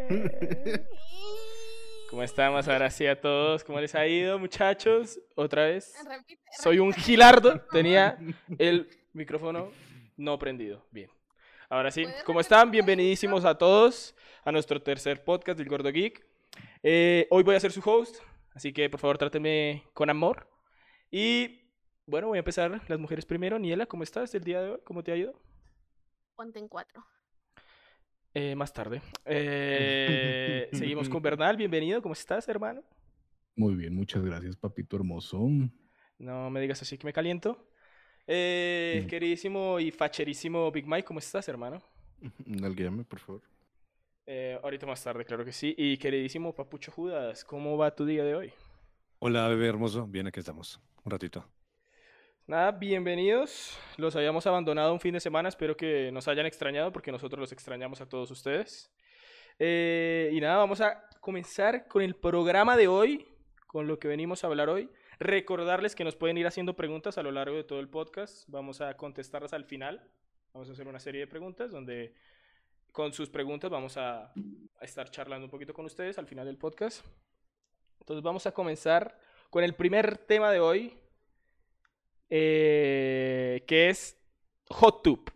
¿Cómo estamos ahora sí a todos? ¿Cómo les ha ido, muchachos? Otra vez. Soy un Repite, gilardo. por favor. Tenía el micrófono no prendido. Bien. Ahora sí. ¿Puedes ¿Cómo repetir están? la Bienvenidísimos intro? a todos a nuestro tercer podcast del Gordo Geek. Hoy voy a ser su host, así que por favor trátenme con amor. Y bueno, voy a empezar. Las mujeres primero. Niela, ¿cómo estás el día de hoy? ¿Cómo te ha ido? Ponte en 4. Más tarde. Seguimos con Bernal. Bienvenido. ¿Cómo estás, hermano? Muy bien, muchas gracias, papito hermoso. No me digas así que me caliento. No, Queridísimo y facherísimo Big Mike, ¿cómo estás, hermano? Nalguéame, por favor. Ahorita más tarde, claro que sí. Y queridísimo Papucho Judas, ¿cómo va tu día de hoy? Hola, bebé hermoso. Bien, aquí estamos. Un ratito. Nada, bienvenidos. Los habíamos abandonado un fin de semana, espero que nos hayan extrañado porque nosotros los extrañamos a todos ustedes. Y nada, vamos a comenzar con el programa de hoy, con lo que venimos a hablar hoy. Recordarles que nos pueden ir haciendo preguntas a lo largo de todo el podcast. Vamos a contestarlas al final. Vamos a hacer una serie de preguntas donde con sus preguntas vamos a estar charlando un poquito con ustedes al final del podcast. Entonces vamos a comenzar con el primer tema de hoy, que es HotTube.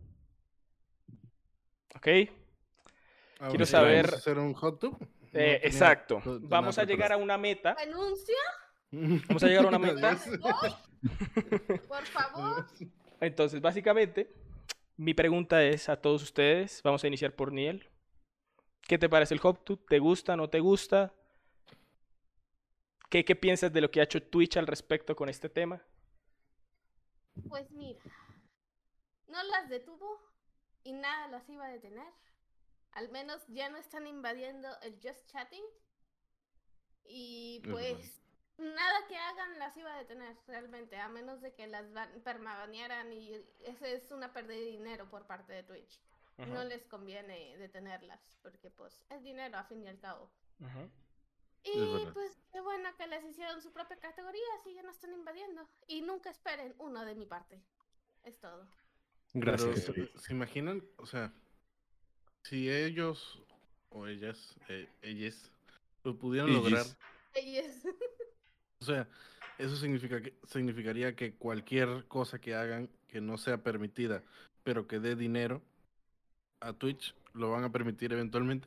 ¿Ok? Quiero saber... ¿Vamos a hacer un hot tub? No tenía exacto. nada Vamos a llegar a preparado. una meta. ¿Anuncia? Vamos a llegar a una meta. Por favor. Entonces, básicamente, mi pregunta es a todos ustedes. Vamos a iniciar por Niel. ¿Qué te parece el HotTube? ¿Te gusta? ¿No te gusta? ¿Qué piensas de lo que ha hecho Twitch al respecto con este tema? Pues mira, no las detuvo y nada las iba a detener. Al menos ya no están invadiendo el Just Chatting. Y Es pues nada que hagan las iba a detener realmente, a menos de que las permabanearan, y esa es una pérdida de dinero por parte de Twitch. Ajá. No les conviene detenerlas porque pues es dinero a fin y al cabo. Ajá. Y Es verdad. pues qué bueno que les hicieron su propia categoría, así ya no están invadiendo. Y nunca esperen uno de mi parte. Es todo. Gracias. Pero- ¿Se imaginan? O sea, si ellos o ellas lo pudieran lograr, Ellos. Ellos. o sea, eso significaría que cualquier cosa que hagan que no sea permitida, pero que dé dinero a Twitch, lo van a permitir eventualmente.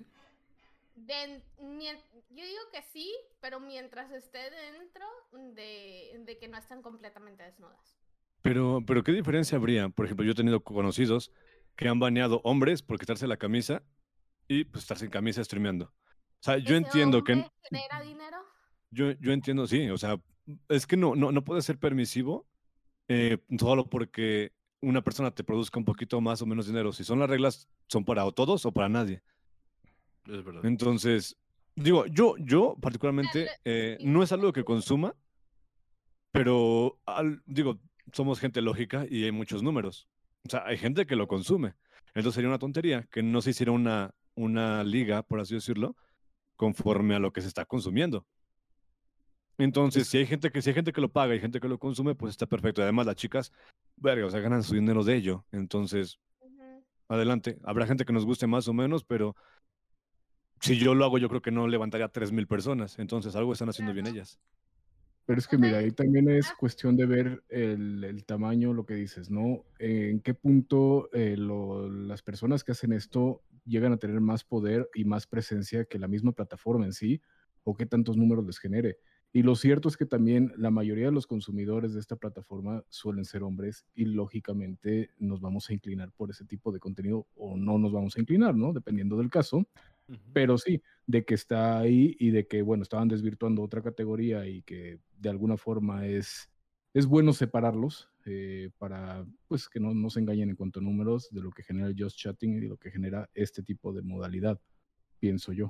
Yo digo que sí, pero mientras esté dentro de que no están completamente desnudas. Pero ¿qué diferencia habría? Por ejemplo, yo he tenido conocidos que han baneado hombres por quitarse la camisa y pues estar sin camisa streameando. O sea, yo ¿Ese entiendo hombre que genera dinero? yo entiendo, sí, o sea, es que no puede ser permisivo solo porque una persona te produzca un poquito más o menos dinero. Si son las reglas, son para o todos o para nadie. Es verdad. Entonces, digo, yo particularmente no es algo que consuma, pero digo, somos gente lógica y hay muchos números. O sea, hay gente que lo consume. Entonces sería una tontería que no se hiciera una liga, por así decirlo, conforme a lo que se está consumiendo. Entonces, si hay gente que lo paga y gente que lo consume, pues está perfecto. Además, las chicas, verga, o sea, ganan su dinero de ello. Entonces, Ujú. adelante. Habrá gente que nos guste más o menos, pero si yo lo hago, yo creo que no levantaría 3,000 personas. Entonces, algo están haciendo bien Claro. ellas. Pero es que O sea, mira, ahí también es ah, cuestión de ver el tamaño, lo que dices, ¿no? En qué punto las personas que hacen esto llegan a tener más poder y más presencia que la misma plataforma en sí, o qué tantos números les genere. Y lo cierto es que también la mayoría de los consumidores de esta plataforma suelen ser hombres y lógicamente nos vamos a inclinar por ese tipo de contenido o no nos vamos a inclinar, ¿no? Dependiendo del caso. Ujú. Pero sí, de que está ahí y de que, bueno, estaban desvirtuando otra categoría y que de alguna forma es bueno separarlos para, pues, que no se engañen en cuanto a números de lo que genera el Just Chatting y de lo que genera este tipo de modalidad, pienso yo.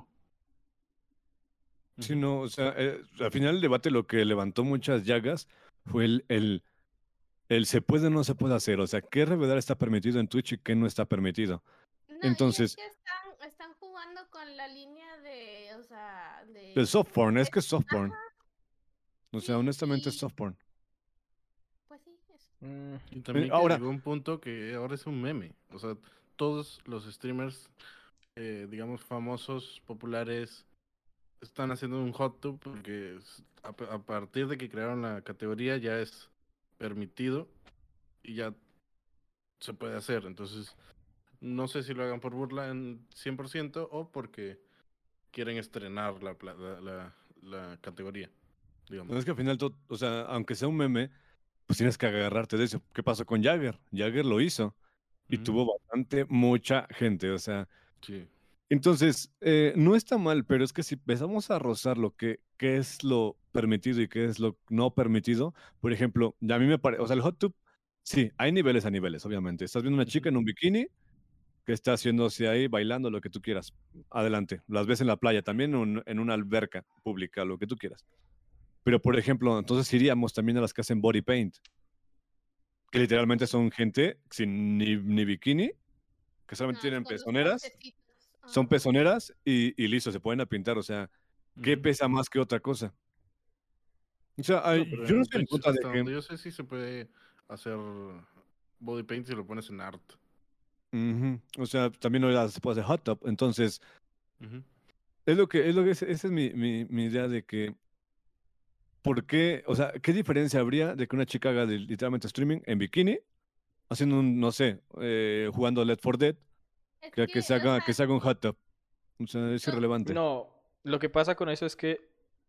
Sí, no, o sea, al final el debate lo que levantó muchas llagas fue el se puede o no se puede hacer. O sea, qué revelar está permitido en Twitch y qué no está permitido. no, y es Entonces, que están jugando con la línea de, o sea, el soft porn, es que es soft Ajá, porn. O sea, sí, honestamente es y soft porn. pues sí, eso. Y también que Ahora, llegó un punto que ahora es un meme. O sea, todos los streamers digamos, famosos, populares, están haciendo un hot tub porque a partir de que crearon la categoría ya es permitido y ya se puede hacer. Entonces, no sé si lo hagan por burla en 100% o porque quieren estrenar la categoría, digamos. No es que al final, o sea, aunque sea un meme, pues tienes que agarrarte de eso. ¿Qué pasó con Jagger? Jagger lo hizo y Ujú. tuvo mucha gente, o sea. Sí. Entonces, no está mal, pero es que si empezamos a rozar lo qué es lo permitido y qué es lo no permitido, por ejemplo, ya a mí me parece, o sea, el hot tub, sí, hay niveles a niveles, obviamente. Estás viendo una chica en un bikini que está haciéndose ahí, bailando, lo que tú quieras. Adelante. Las ves en la playa, también en una alberca pública, lo que tú quieras. Pero, por ejemplo, entonces iríamos también a las que hacen body paint, que literalmente son gente sin ni bikini, que solamente tienen Con los pezoneras, cortecitos. son pezoneras y listo, se pueden a pintar. O sea, ¿qué Ujú. pesa más que otra cosa? O sea, No, pero yo no en estoy en Twitch, contra de hasta que. donde yo sé, sí se puede hacer body paint si lo pones en art. Ujú. O sea, también ahora se puede hacer hot tub. Entonces, Ujú. esa es mi idea de que, ¿por qué? O sea, ¿qué diferencia habría de que una chica haga literalmente streaming en bikini, haciendo un, no sé, jugando Left 4 Dead, Es que que, o que sea, se haga un hot tub? O sea, es irrelevante. No, lo que pasa con eso es que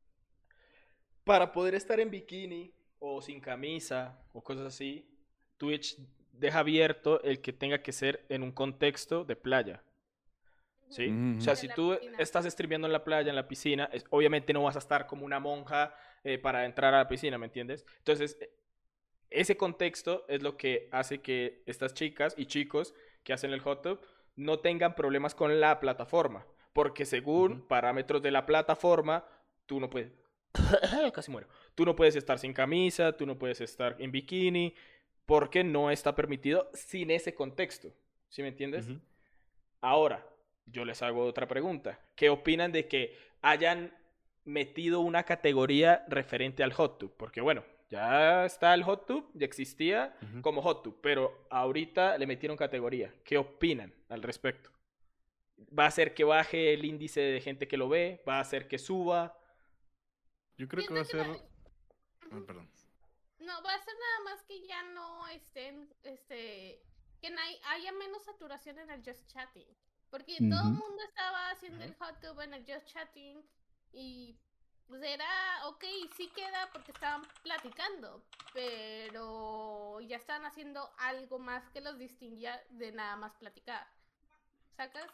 para poder estar en bikini o sin camisa o cosas así, Twitch deja abierto el que tenga que ser en un contexto de playa. ¿Sí? O Ujú. sea, de si la tú piscina. estás streameando en la playa, en la piscina, obviamente no vas a estar como una monja para entrar a la piscina, ¿me entiendes? Entonces, ese contexto es lo que hace que estas chicas y chicos que hacen el hot tub no tengan problemas con la plataforma, porque según Ujú. parámetros de la plataforma, tú no puedes, casi muero, tú no puedes estar sin camisa, tú no puedes estar en bikini, porque no está permitido sin ese contexto, ¿sí me entiendes? Ujú. Ahora, yo les hago otra pregunta. ¿Qué opinan de que hayan metido una categoría referente al hot tub? Porque bueno, ya está el hot tub, ya existía Ujú. como hot tub, pero ahorita le metieron categoría. ¿Qué opinan al respecto? ¿Va a hacer que baje el índice de gente que lo ve? ¿Va a hacer que suba? Yo creo que Siento va a que ser. Ujú. Perdón. No, va a ser nada más que ya no estén, que haya menos saturación en el Just Chatting. Porque todo el Ujú. mundo estaba haciendo Ajá. el hot tub en el Just Chatting y pues era, ok, sí queda porque estaban platicando, pero ya estaban haciendo algo más que los distinguía de nada más platicar. ¿Sacas?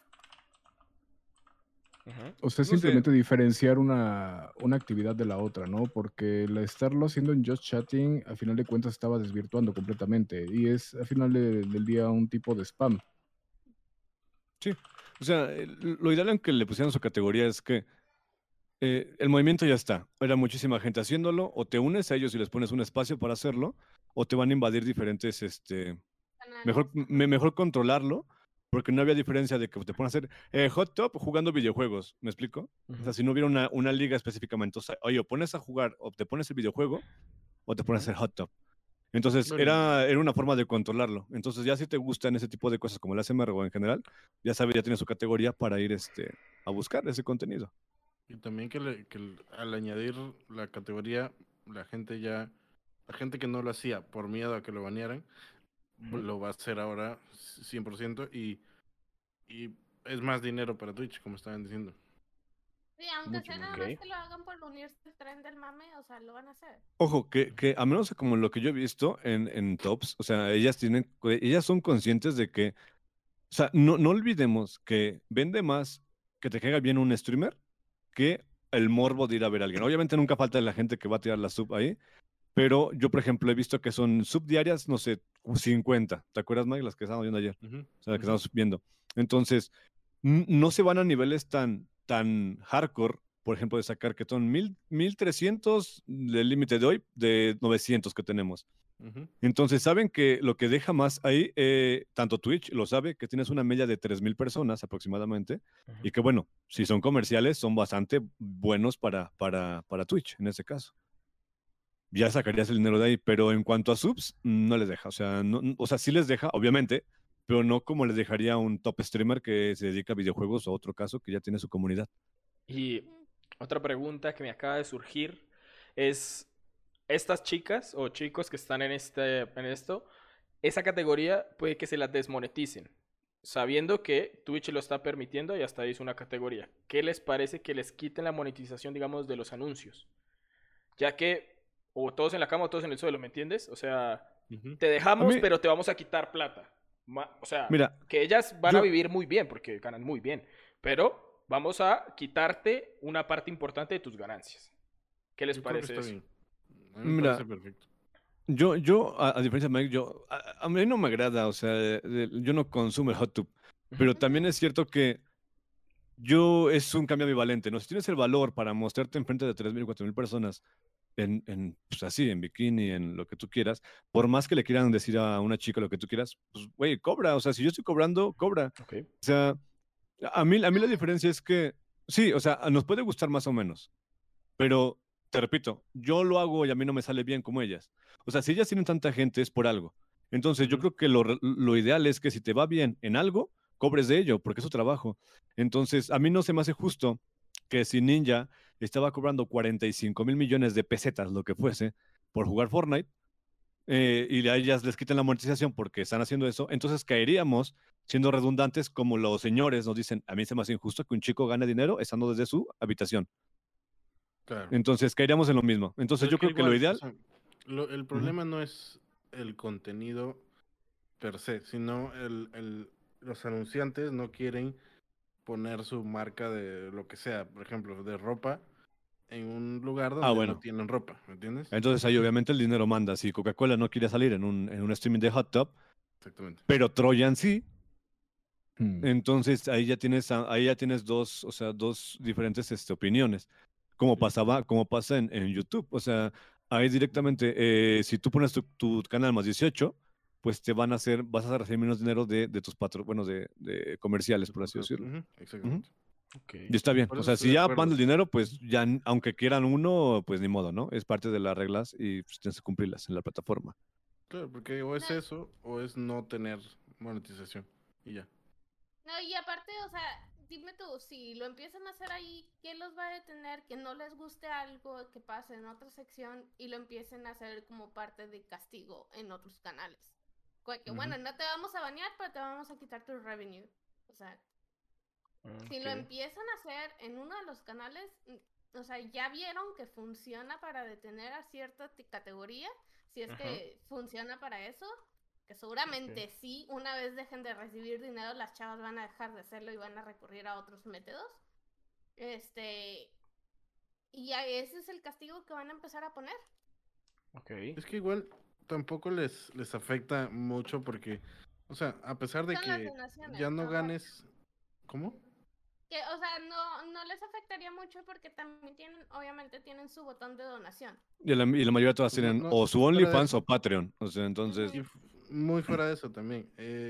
Ujú. O sea, No sé. simplemente diferenciar una actividad de la otra, ¿no? Porque el estarlo haciendo en Just Chatting, a final de cuentas, estaba desvirtuando completamente. Y es, al final del día, un tipo de spam. Sí. O sea, lo ideal en que le pusieran su categoría es que el movimiento ya está. Era muchísima gente haciéndolo, o te unes a ellos y les pones un espacio para hacerlo, o te van a invadir diferentes, Canales. mejor controlarlo, porque no había diferencia de que te pones a hacer hot top jugando videojuegos, ¿me explico? O sea, Ujú. si no hubiera una liga específicamente, o sea, oye, o pones a jugar, o te pones el videojuego, o te pones a Ujú. hacer hot top. Entonces, Bueno, era una forma de controlarlo. Entonces, ya si te gustan ese tipo de cosas como el ASMR o en general, ya sabes, ya tienes su categoría para ir a buscar ese contenido. y también al añadir la categoría, la gente que no lo hacía por miedo a que lo banearan, Ujú. lo va a hacer ahora 100% y es más dinero para Twitch, como estaban diciendo. Sí, aunque Mucho sea más nada dinero. más Ok. que lo hagan por unirse al tren del mame, o sea, lo van a hacer. Ojo, que a menos como lo que yo he visto en tops, o sea, ellas son conscientes de que, o sea, no olvidemos que vende más que te caiga bien un streamer que el morbo de ir a ver a alguien. Obviamente nunca falta la gente que va a tirar la sub ahí, pero yo, por ejemplo, he visto que son subdiarias, no sé, 50. ¿Te acuerdas, Mike? Las que estábamos viendo ayer. Ujú, O sea, las que ujú. estamos viendo. Entonces, no se van a niveles tan hardcore, por ejemplo, de sacar que son 1300 del límite de hoy, de 900 que tenemos. Ujú. Entonces, saben que lo que deja más ahí, tanto Twitch lo sabe, que tienes una media de 3000 personas aproximadamente, Ujú. y que bueno, si son comerciales, son bastante buenos para Twitch en ese caso. Ya sacarías el dinero de ahí, pero en cuanto a subs, no les deja. O sea, o sea, sí les deja, obviamente, pero no como les dejaría un top streamer que se dedica a videojuegos o otro caso que ya tiene su comunidad. Y otra pregunta que me acaba de surgir es, estas chicas o chicos que están en esto, esa categoría puede que se la desmoneticen, sabiendo que Twitch lo está permitiendo y hasta ahí es una categoría. ¿Qué les parece que les quiten la monetización, digamos, de los anuncios? Ya que o todos en la cama o todos en el suelo, ¿me entiendes? O sea, te A dejamos, mí, pero te vamos a quitar plata. O sea, mira, que ellas van a yo, vivir muy bien porque ganan muy bien, pero vamos a quitarte una parte importante de tus ganancias. ¿Qué les Yo creo que parece está eso? bien. A mí me mira, parece perfecto. a diferencia de Mike, a mí no me agrada, o sea, yo no consumo el hot tub, pero también es cierto que es un cambio ambivalente, ¿no? Si tienes el valor para mostrarte enfrente de 3,000, 4,000 personas pues así, en bikini, en lo que tú quieras, por más que le quieran decir a una chica lo que tú quieras, pues, güey, cobra, o sea, si yo estoy cobrando, cobra. Ok. O sea, a mí la diferencia es que, sí, o sea, nos puede gustar más o menos, pero te repito, yo lo hago y a mí no me sale bien como ellas. O sea, si ellas tienen tanta gente es por algo. Entonces, yo Ujú. creo que lo ideal es que si te va bien en algo, cobres de ello, porque es su trabajo. Entonces, a mí no se me hace justo que si Ninja estaba cobrando 45,000 millones de pesetas, lo que fuese, por jugar Fortnite, y a ellas les quiten la monetización porque están haciendo eso, entonces caeríamos siendo redundantes como los señores nos dicen, a mí se me hace injusto que un chico gane dinero estando desde su habitación. Claro. Entonces caeríamos en lo mismo. Entonces Pero es yo que creo que lo igual, o ideal... sea, el Ujú. problema no es el contenido per se, sino los anunciantes no quieren poner su marca de lo que sea, por ejemplo, de ropa, en un lugar Ah, donde no bueno. tienen ropa, ¿me entiendes? Entonces ahí obviamente el dinero manda. Si Coca-Cola no quiere salir en un streaming de Hot Tub, Exactamente. pero Troyan sí, Mm. entonces ahí ya tienes dos, o sea, dos diferentes opiniones. Como pasa en YouTube. O sea, ahí directamente, si tú pones tu canal más 18, pues vas a recibir menos dinero de tus bueno, de comerciales, por así decirlo. Ujú, Ujú. exactamente. Ok. Y está bien. Por O eso sea, estoy si de ya acuerdo. van el dinero, pues ya, aunque quieran uno, pues ni modo, ¿no? Es parte de las reglas y pues, tienes que cumplirlas en la plataforma. Claro, porque o es No, eso o es no tener monetización. Y ya. no, y aparte, o sea, dime tú, si lo empiezan a hacer ahí, ¿qué los va a detener? Que no les guste algo que pase en otra sección y lo empiecen a hacer como parte de castigo en otros canales. Que Ujú. bueno, no te vamos a banear, pero te vamos a quitar tu revenue. O sea, si lo Ok. empiezan a hacer en uno de los canales, o sea, ya vieron que funciona para detener a cierta categoría, si es Ajá. que funciona para eso, que seguramente sí, una vez dejen de recibir dinero, las chavas van a dejar de hacerlo y van a recurrir a otros métodos. Y ya ese es el castigo que van a empezar a poner. Ok. Es que igual tampoco les afecta mucho porque, o sea, a pesar de Son las que donaciones, ya no aparte. ganes, ¿cómo? Que, o sea, no les afectaría mucho porque también obviamente tienen su botón de donación. Y la mayoría de todas Pues no, tienen no, o su fuera de OnlyFans eso. o Patreon. O sea, entonces, Y muy fuera de eso también.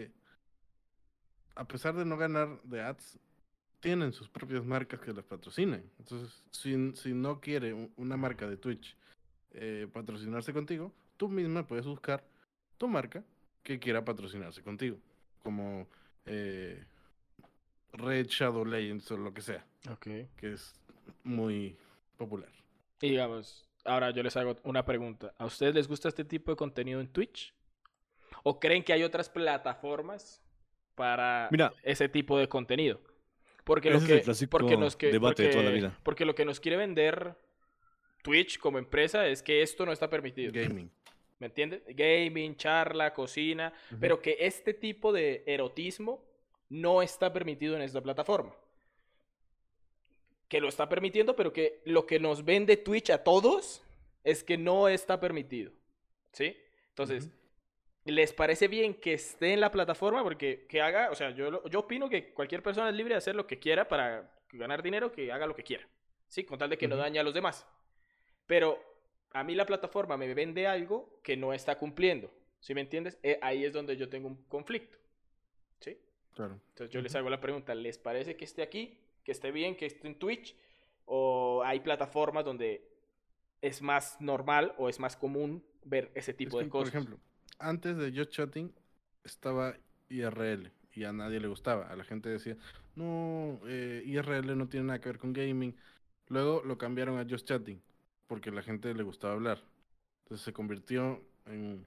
A pesar de no ganar de ads, tienen sus propias marcas que las patrocinan. Entonces, si no quiere una marca de Twitch patrocinarse contigo, tú misma puedes buscar tu marca que quiera patrocinarse contigo. Como eh, Red Shadow Legends o lo que sea, Ok. que es muy popular. Y digamos, ahora yo les hago una pregunta. ¿A ustedes les gusta este tipo de contenido en Twitch? ¿O creen que hay otras plataformas para mira, ese tipo de contenido? Porque lo ese es el que, porque clásico nos que, debate de toda la vida. porque lo que nos quiere vender Twitch como empresa es que esto no está permitido. Gaming. ¿Me entiendes? Gaming, charla, cocina, Ujú. pero que este tipo de erotismo no está permitido en esta plataforma. Que lo está permitiendo, pero que lo que nos vende Twitch a todos es que no está permitido. ¿Sí? Entonces, Ujú. ¿les parece bien que esté en la plataforma? Porque que haga, o sea, yo opino que cualquier persona es libre de hacer lo que quiera para ganar dinero, que haga lo que quiera. ¿Sí? Con tal de que no Ujú. dañe a los demás. Pero a mí la plataforma me vende algo que no está cumpliendo. ¿Sí me entiendes? Ahí es donde yo tengo un conflicto. ¿Sí? Claro. Entonces yo les Ujú. hago la pregunta, ¿les parece que esté aquí? ¿Que esté bien? ¿Que esté en Twitch? ¿O hay plataformas donde es más normal o es más común ver ese Es tipo que, de por cosas? ejemplo, antes de Just Chatting estaba IRL y a nadie le gustaba. A la gente decía, no, IRL no tiene nada que ver con gaming. Luego lo cambiaron a Just Chatting porque a la gente le gustaba hablar. Entonces se convirtió en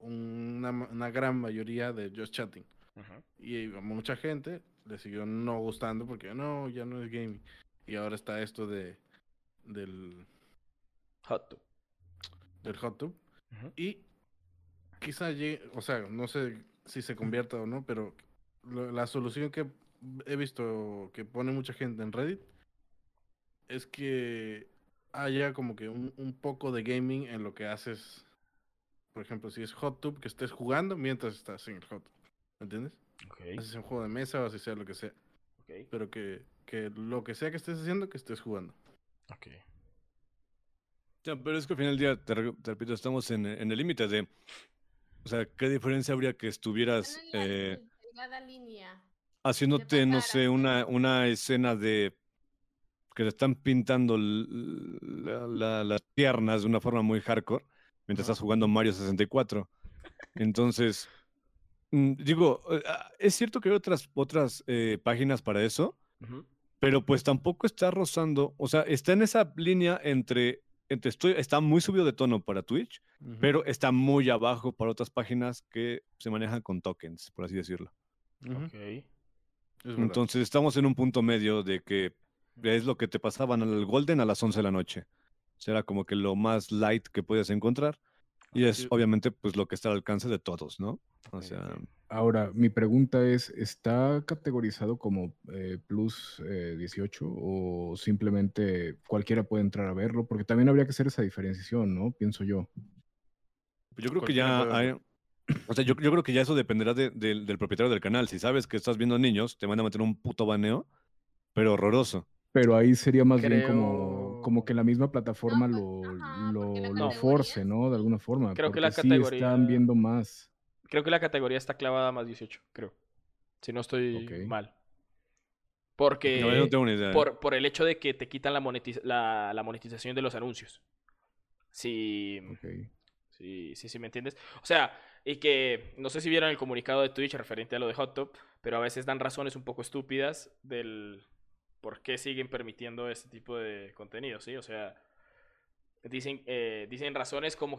una gran mayoría de Just Chatting. Ujú. Y a mucha gente le siguió no gustando porque no, ya no es gaming. Y ahora está esto del, Hot tub. del hot tub. Ujú. Y quizá llegue, o sea, no sé si se convierta o no, pero la solución que he visto que pone mucha gente en Reddit es que haya como que un poco de gaming en lo que haces. Por ejemplo, si es hot tub, que estés jugando mientras estás en el hot tub. ¿Me entiendes? Ok, Así sea un juego de mesa o así sea lo que sea. ok, Pero que lo que sea que estés haciendo, que estés jugando. ok. Ya, pero es que al final del día, te repito, estamos en el límite de, o sea, ¿qué diferencia habría que estuvieras Están en la delgada línea de haciéndote, no pasar a sé, ser. una escena de que te están pintando las piernas de una forma muy hardcore mientras Ajá. estás jugando Mario 64? Entonces, digo, es cierto que hay otras páginas para eso, Ujú. pero pues tampoco está rozando, o sea, está en esa línea está muy subido de tono para Twitch, Ujú. pero está muy abajo para otras páginas que se manejan con tokens, por así decirlo. Ujú. Ok. Es verdad. Entonces estamos en un punto medio de que es lo que te pasaban al Golden a las 11 de la noche. Será como que lo más light que puedes encontrar. Y es Sí. obviamente pues lo que está al alcance de todos, ¿no? O Ok, sea, ok. Ahora, mi pregunta es, ¿está categorizado como plus 18 o simplemente cualquiera puede entrar a verlo? Porque también habría que hacer esa diferenciación, ¿no? Pienso yo. yo creo que Cualquiera ya puede hay, verlo. o sea, yo creo que ya eso dependerá del propietario del canal. Si sabes que estás viendo niños, te van a meter un puto baneo, pero horroroso. Pero ahí sería más bien como Creo. que la misma No, plataforma pues, ajá, porque la lo No, force, categoría ¿no? De sí. alguna forma, creo que la porque sí están categoría. viendo más. Creo que la categoría está clavada a más 18, creo. Si no Ok, estoy mal. ok, No, yo no Porque tengo ni idea, ¿eh? por el hecho de que te quitan la monetización de los anuncios. Si, ok. si me entiendes. O sea, y que no sé si vieron el comunicado de Twitch referente a lo de Hot Top, pero a veces dan razones un poco estúpidas del por qué siguen permitiendo este tipo de contenido, ¿sí? O sea, dicen razones como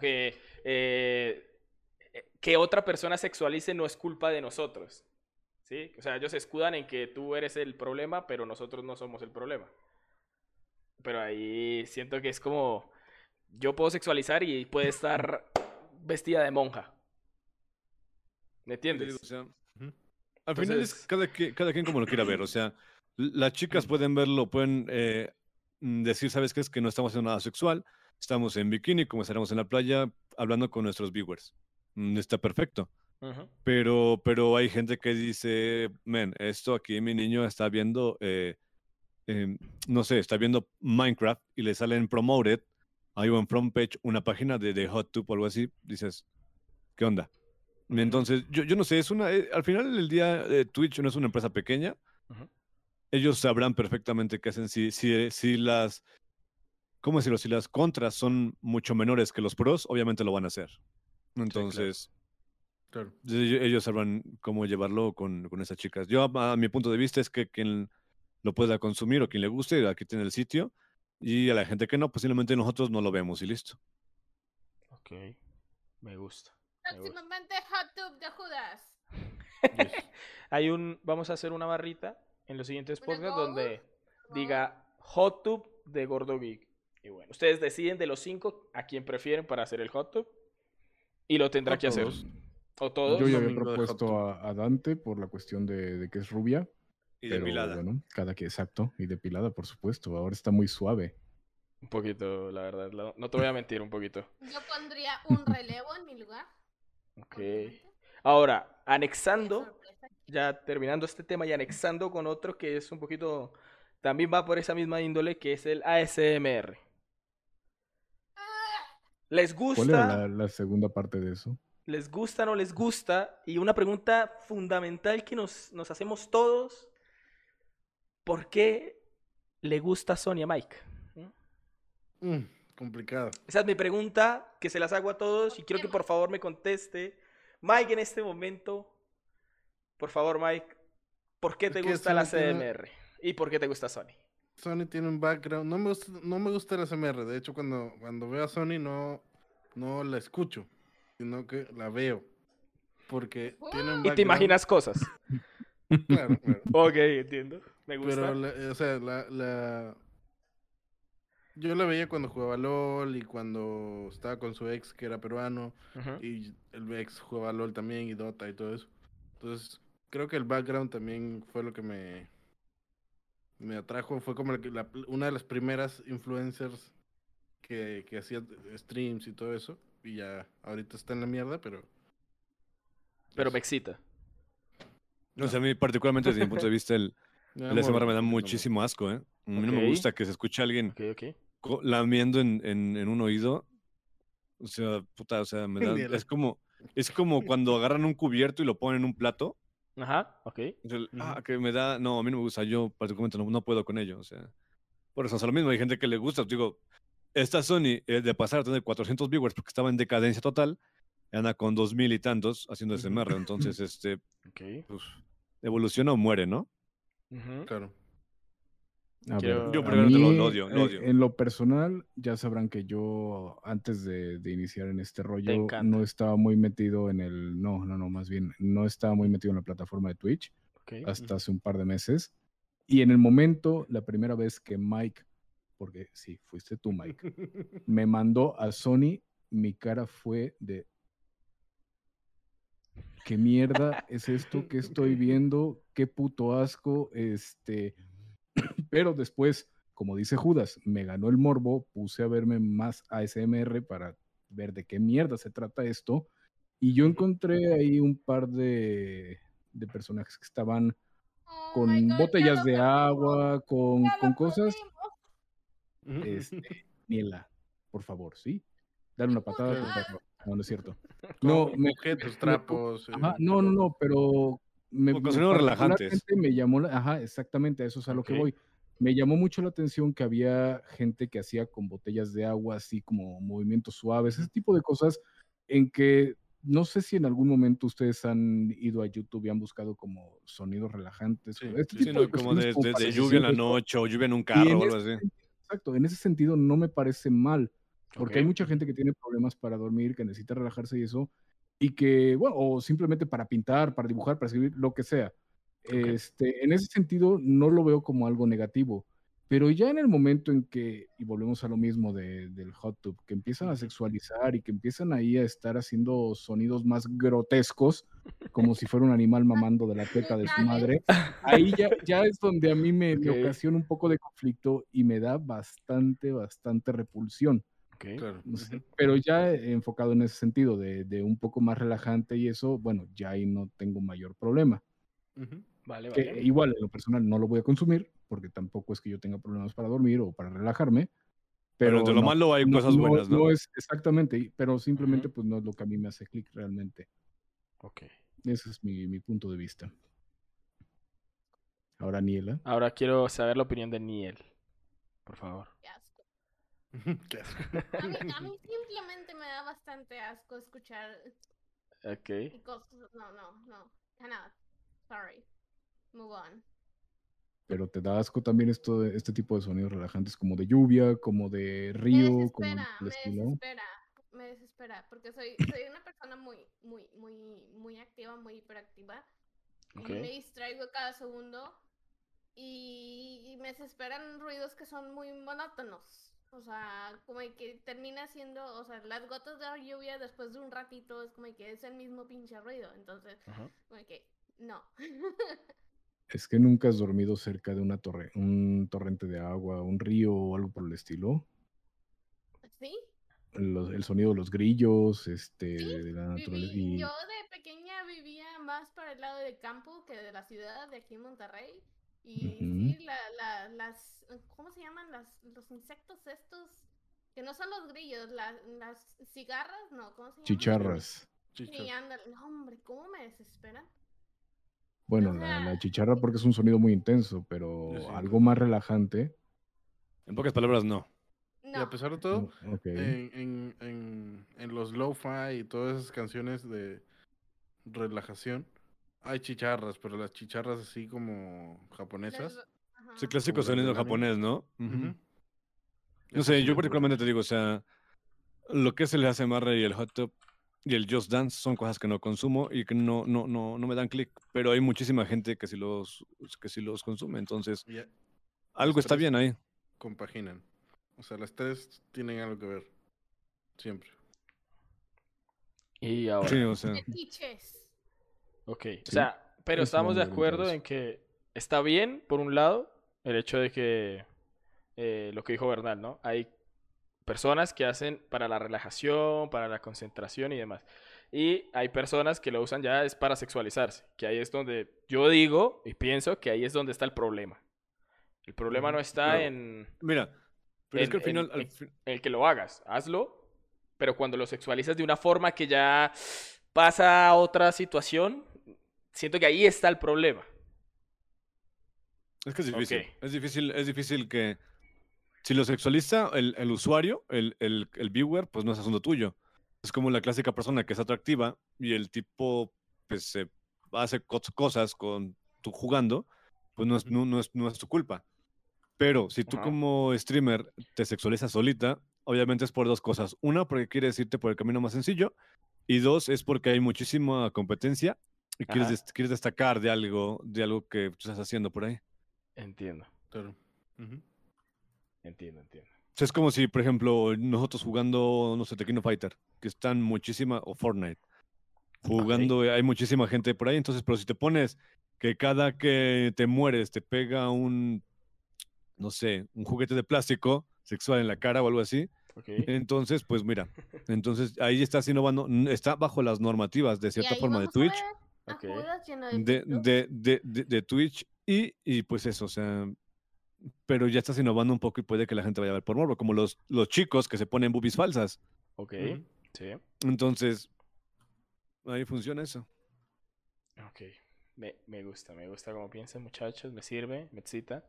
que otra persona sexualice no es culpa de nosotros. ¿Sí? O sea, ellos se escudan en que tú eres el problema, pero nosotros no somos el problema. Pero ahí siento que es como, yo puedo sexualizar y puede estar vestida de monja. ¿Me Sí, te digo, o entiendes? sea, Ujú. al final es Entonces, cada quien como lo quiera ver. O sea, las chicas pueden verlo, pueden decir, ¿sabes qué? Es que no estamos haciendo nada sexual, estamos en bikini, como estaremos en la playa, hablando con nuestros viewers. Está perfecto. ujú, Pero hay gente que dice, men, esto aquí mi niño está viendo, no sé, está viendo Minecraft y le sale en Promoted, ahí o en Front Page, una página de HotTube o algo así, dices, ¿qué onda? ujú, Entonces, yo no sé, al final del día, Twitch no es una empresa pequeña, ujú. ellos sabrán perfectamente qué hacen, si las, ¿cómo decirlo? Si las contras son mucho menores que los pros, obviamente lo van a hacer. Sí, claro. Entonces, Claro. ellos sabrán cómo llevarlo con esas chicas. Yo, a mi punto de vista, es que quien lo pueda consumir o quien le guste, aquí tiene el sitio. Y a la gente que no, posiblemente nosotros no lo vemos y listo. Ok, me gusta. Me gusta. Próximamente Hot Tub de Judas. Yes. Vamos a hacer una barrita en los siguientes Una podcasts gold, donde por favor. diga Hot Tub de Gordo Geek. Y bueno, ustedes deciden de los 5 a quién prefieren para hacer el Hot Tub y lo tendrá O que hacer. todos. O Yo Un todos. ya había domingo de hot propuesto tub. a Dante por la cuestión de que es rubia, Y pero depilada. bueno, cada que exacto, y depilada, por supuesto. Ahora está muy suave. Un poquito, la verdad. No te voy a mentir, un poquito. Yo pondría un relevo en mi lugar, Ok. obviamente. Ahora, Sería anexando, sorpresa. ya terminando este tema y anexando con otro que es un poquito, también va por esa misma índole, que es el ASMR. ¿Les ¿Cuál era gusta? la segunda parte de eso? ¿Les gusta, no les gusta? Y una pregunta fundamental que nos hacemos todos, ¿por qué le gusta Sonia Mike? Mm, complicado. Esa es mi pregunta, que se las hago a todos y ¿Por quiero qué que por más? favor me conteste Mike en este momento. Por favor, Mike, ¿por qué Es te que gusta la Sony tiene- CMR? ¿Y por qué te gusta Sony? Sony tiene un background. No me gusta la SMR. De hecho, cuando veo a Sony no la escucho, sino que la veo. Porque tiene un Y te background. imaginas cosas. Claro, claro. Ok, entiendo. Me Pero, gusta. o sea, yo la veía cuando jugaba LOL y cuando estaba con su ex que era peruano. Ujú. Y el ex jugaba LOL también y Dota y todo eso. Entonces, creo que el background también fue lo que me atrajo. Fue como una de las primeras influencers que hacía streams y todo eso. Y ya ahorita está en la mierda, pero Pero me eso. excita. No sé, a mí particularmente desde mi punto de vista Me da el ASMR me morbo, da completamente morbo. muchísimo asco, ¿eh? A mí no me Ok. gusta que se escuche a alguien Ok, ok. lamiendo en un oído. O sea, puta, o sea, Ni la- es como cuando agarran un cubierto y lo ponen en un plato. Ajá, ok. O sea, Ujú. que me da, no, a mí no me gusta, yo particularmente no puedo con ello, o sea, por eso es lo mismo, hay gente que le gusta, digo, esta Sony, de pasar a tener 400 viewers porque estaba en decadencia total, anda con 2000 y tantos haciendo Ujú. SMR, entonces, Ok. pues, evoluciona o muere, ¿no? Ujú. Claro. A ver, Quiero... Yo a particularmente lo mí, odio, lo odio. en lo personal, ya sabrán que yo, antes de iniciar en este Te rollo, encanta. no estaba muy metido en el, no, más bien, no estaba muy metido en la plataforma de Twitch Ok. hasta Ujú. hace un par de meses. Y en el momento, la primera vez que Mike, porque sí, fuiste tú, Mike, me mandó a Sony, mi cara fue de, ¿qué mierda es esto que estoy viendo? ¿Qué puto asco? Pero después, como dice Judas, me ganó el morbo, puse a verme más ASMR para ver de qué mierda se trata esto. Y yo Ujú. encontré ahí un par de personajes que estaban Oh my con god, ya botellas lo de perdimos. agua, Ya con lo cosas. perdimos. Niela, por favor, ¿sí? Dale una patada a tu Claro. perro. No, no es cierto. Como No, objetos, me- trapos, ajá, un no, poco. pero Con sonidos relajantes. particularmente me llamó, ajá, exactamente, a eso es a lo que Ok. voy. Me llamó mucho la atención que había gente que hacía con botellas de agua, así como movimientos suaves, ese Ujú. tipo de cosas en que no sé si en algún momento ustedes han ido a YouTube y han buscado como sonidos relajantes, Sí, este sí, Sí, sí. tipo de no, como cuestiones como para de Sí, lluvia en sí. la eso. noche o lluvia en un Y carro o algo así. exacto, en ese sentido no me parece mal, Ok. porque hay mucha gente que tiene problemas para dormir, que necesita relajarse y eso, y que, bueno, o simplemente para pintar, para dibujar, para escribir, lo que sea. Ok. En ese sentido no lo veo como algo negativo, pero ya en el momento en que, y volvemos a lo mismo del hot tub, que empiezan a Ujú. sexualizar y que empiezan ahí a estar haciendo sonidos más grotescos, como si fuera un animal mamando de la teta de su Brutales. madre, ahí ya es donde a mí Ok. me ocasiona un poco de conflicto y me da bastante repulsión. Ok. Claro. No sé, Ujú. pero ya enfocado en ese sentido de un poco más relajante y eso, bueno, ya ahí no tengo mayor problema. Ujú. Vale, Que vale. igual en lo personal no lo voy a consumir, porque tampoco es que yo tenga problemas para dormir o para relajarme, Pero entre pero lo no, malo hay no, cosas no, buenas, ¿no? no es exactamente, pero simplemente Ujú. pues no es lo que a mí me hace clic realmente. Ok. Ese es mi punto de vista. Ahora, Niela. Ahora quiero saber la opinión de Niel. Por favor. Qué asco. Qué asco. A mí simplemente me da bastante asco escuchar Ok. y cosas. No. Cannot. Sorry. Move on. Pero te da asco también este tipo de sonidos relajantes como de lluvia, como de Me río, como desespera, el me estilo. desespera, me desespera, porque soy una persona muy activa, muy hiperactiva, Ok. y me distraigo cada segundo, y me desesperan ruidos que son muy monótonos. O sea, como que termina siendo, o sea, las gotas de la lluvia después de un ratito es como que es el mismo pinche ruido. Entonces, Ajá. como que no. Es que nunca has dormido cerca de un torrente de agua, un río o algo por el estilo. ¿Sí? El sonido de los grillos, Sí, de la naturaleza. yo Y de pequeña vivía más para el lado del campo que de la ciudad de aquí en Monterrey. Y ujú, sí, ¿cómo se llaman? Los insectos estos, que no son los grillos, las cigarras, no, ¿cómo se llaman? chicharras. Sí, Chichas. ándale, no, hombre, ¿cómo me desesperan? Bueno, O sea, la chicharra porque es un sonido muy intenso, Sí, pero sí. algo más relajante. En pocas palabras, no. Y a no. pesar de todo, Ok. en los lo-fi y todas esas canciones de relajación, Hay chicharras, pero las chicharras así como japonesas. Ajá. Sí, clásico Como las sonido del anime. japonés, ¿no? Ujú. Ujú. No Esas sé, sí yo les particularmente gustan. te digo, o sea, lo que es el ASMR y el Hot Tub y el Just Dance son cosas que no consumo y que no me dan clic, pero hay muchísima gente que sí los consume, entonces Y las algo está tres bien ahí. compaginan. O sea, las tres tienen algo que ver. Siempre. Y Sí, ahora, o sea, Fetiches. ok, o Sí, sea, pero eso estamos de vamos a brincar acuerdo eso. en que está bien, por un lado, el hecho de que lo que dijo Bernal, ¿no? Hay personas que hacen para la relajación, para la concentración y demás. Y hay personas que lo usan ya es para sexualizarse, que ahí es donde yo digo y pienso que ahí es donde está el problema. El problema no Ujú. está pero mira, pero es que al final, en el que lo hagas, hazlo, pero cuando lo sexualizas de una forma que ya pasa a otra situación, siento que ahí está el problema. es que Ok, es difícil que si lo sexualiza el usuario, el viewer, pues no es asunto tuyo. Es como la clásica persona que es atractiva y el tipo pues se hace cosas con tú jugando, pues Ujú. no es tu culpa. Pero si tú ajá, como streamer te sexualizas solita, obviamente es por dos cosas. Una, porque quieres irte por el camino más sencillo. Y dos, es porque hay muchísima competencia y ajá, quieres destacar de algo que tú estás haciendo por ahí. entiendo, Claro. Ujú. entiendo. O sea, es como si, por ejemplo, nosotros jugando, no sé, Tekken Fighter, que están muchísima, o Fortnite, Ok, jugando, hay muchísima gente por ahí. Entonces, pero si te pones que cada que te mueres te pega un, no sé, un juguete de plástico sexual en la cara o algo así, ok, entonces, pues mira, entonces ahí estás innovando, está bajo las normativas de Y cierta ahí forma de vamos a Twitch, ver a ok, Judas lleno de pitos. de Twitch y pues eso, o sea, pero ya estás innovando un poco y puede que la gente vaya a ver por morbo, como los chicos que se ponen boobies falsas. ok, Ujú. sí, Entonces, ahí funciona eso. ok. Me gusta como piensan, muchachos, me sirve, me excita.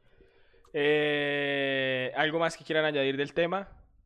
¿Algo más que quieran añadir del tema?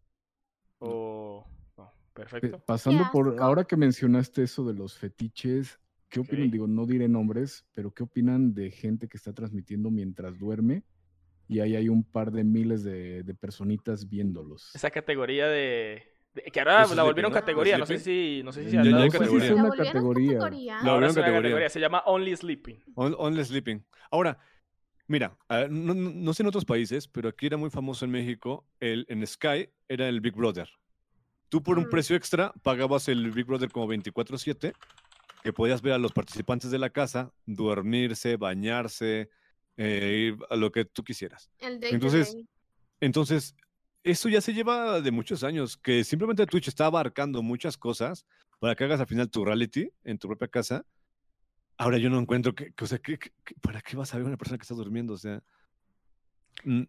No. O... No, perfecto. ¡Qué Pasando por, asco! ahora que mencionaste eso de los fetiches, ¿qué opinan? Ok. Digo, no diré nombres, pero ¿qué opinan de gente que está transmitiendo mientras duerme y ahí hay un par de miles de personitas viéndolos? Esa categoría que ahora Es la volvieron sleeping, ¿no? categoría, ¿Sleeping? no sé si se han Ya dado No hay sé si sea cuenta. categoría. ¿La una volvieron categoría. categoría? La Ahora volvieron es una categoría. categoría, se llama Only Sleeping. Only sleeping. Ahora, mira, no sé en otros países, pero aquí era muy famoso en México, en Sky era el Big Brother. Tú por un Ujú. precio extra pagabas el Big Brother como 24/7, que podías ver a los participantes de la casa, dormirse, bañarse, ir a lo que tú quisieras. El Day to Entonces, Day. entonces, eso ya se lleva de muchos años, que simplemente Twitch está abarcando muchas cosas para que hagas al final tu reality en tu propia casa. Ahora yo no encuentro o sea, ¿para qué vas a ver a una persona que está durmiendo? O sea, mm,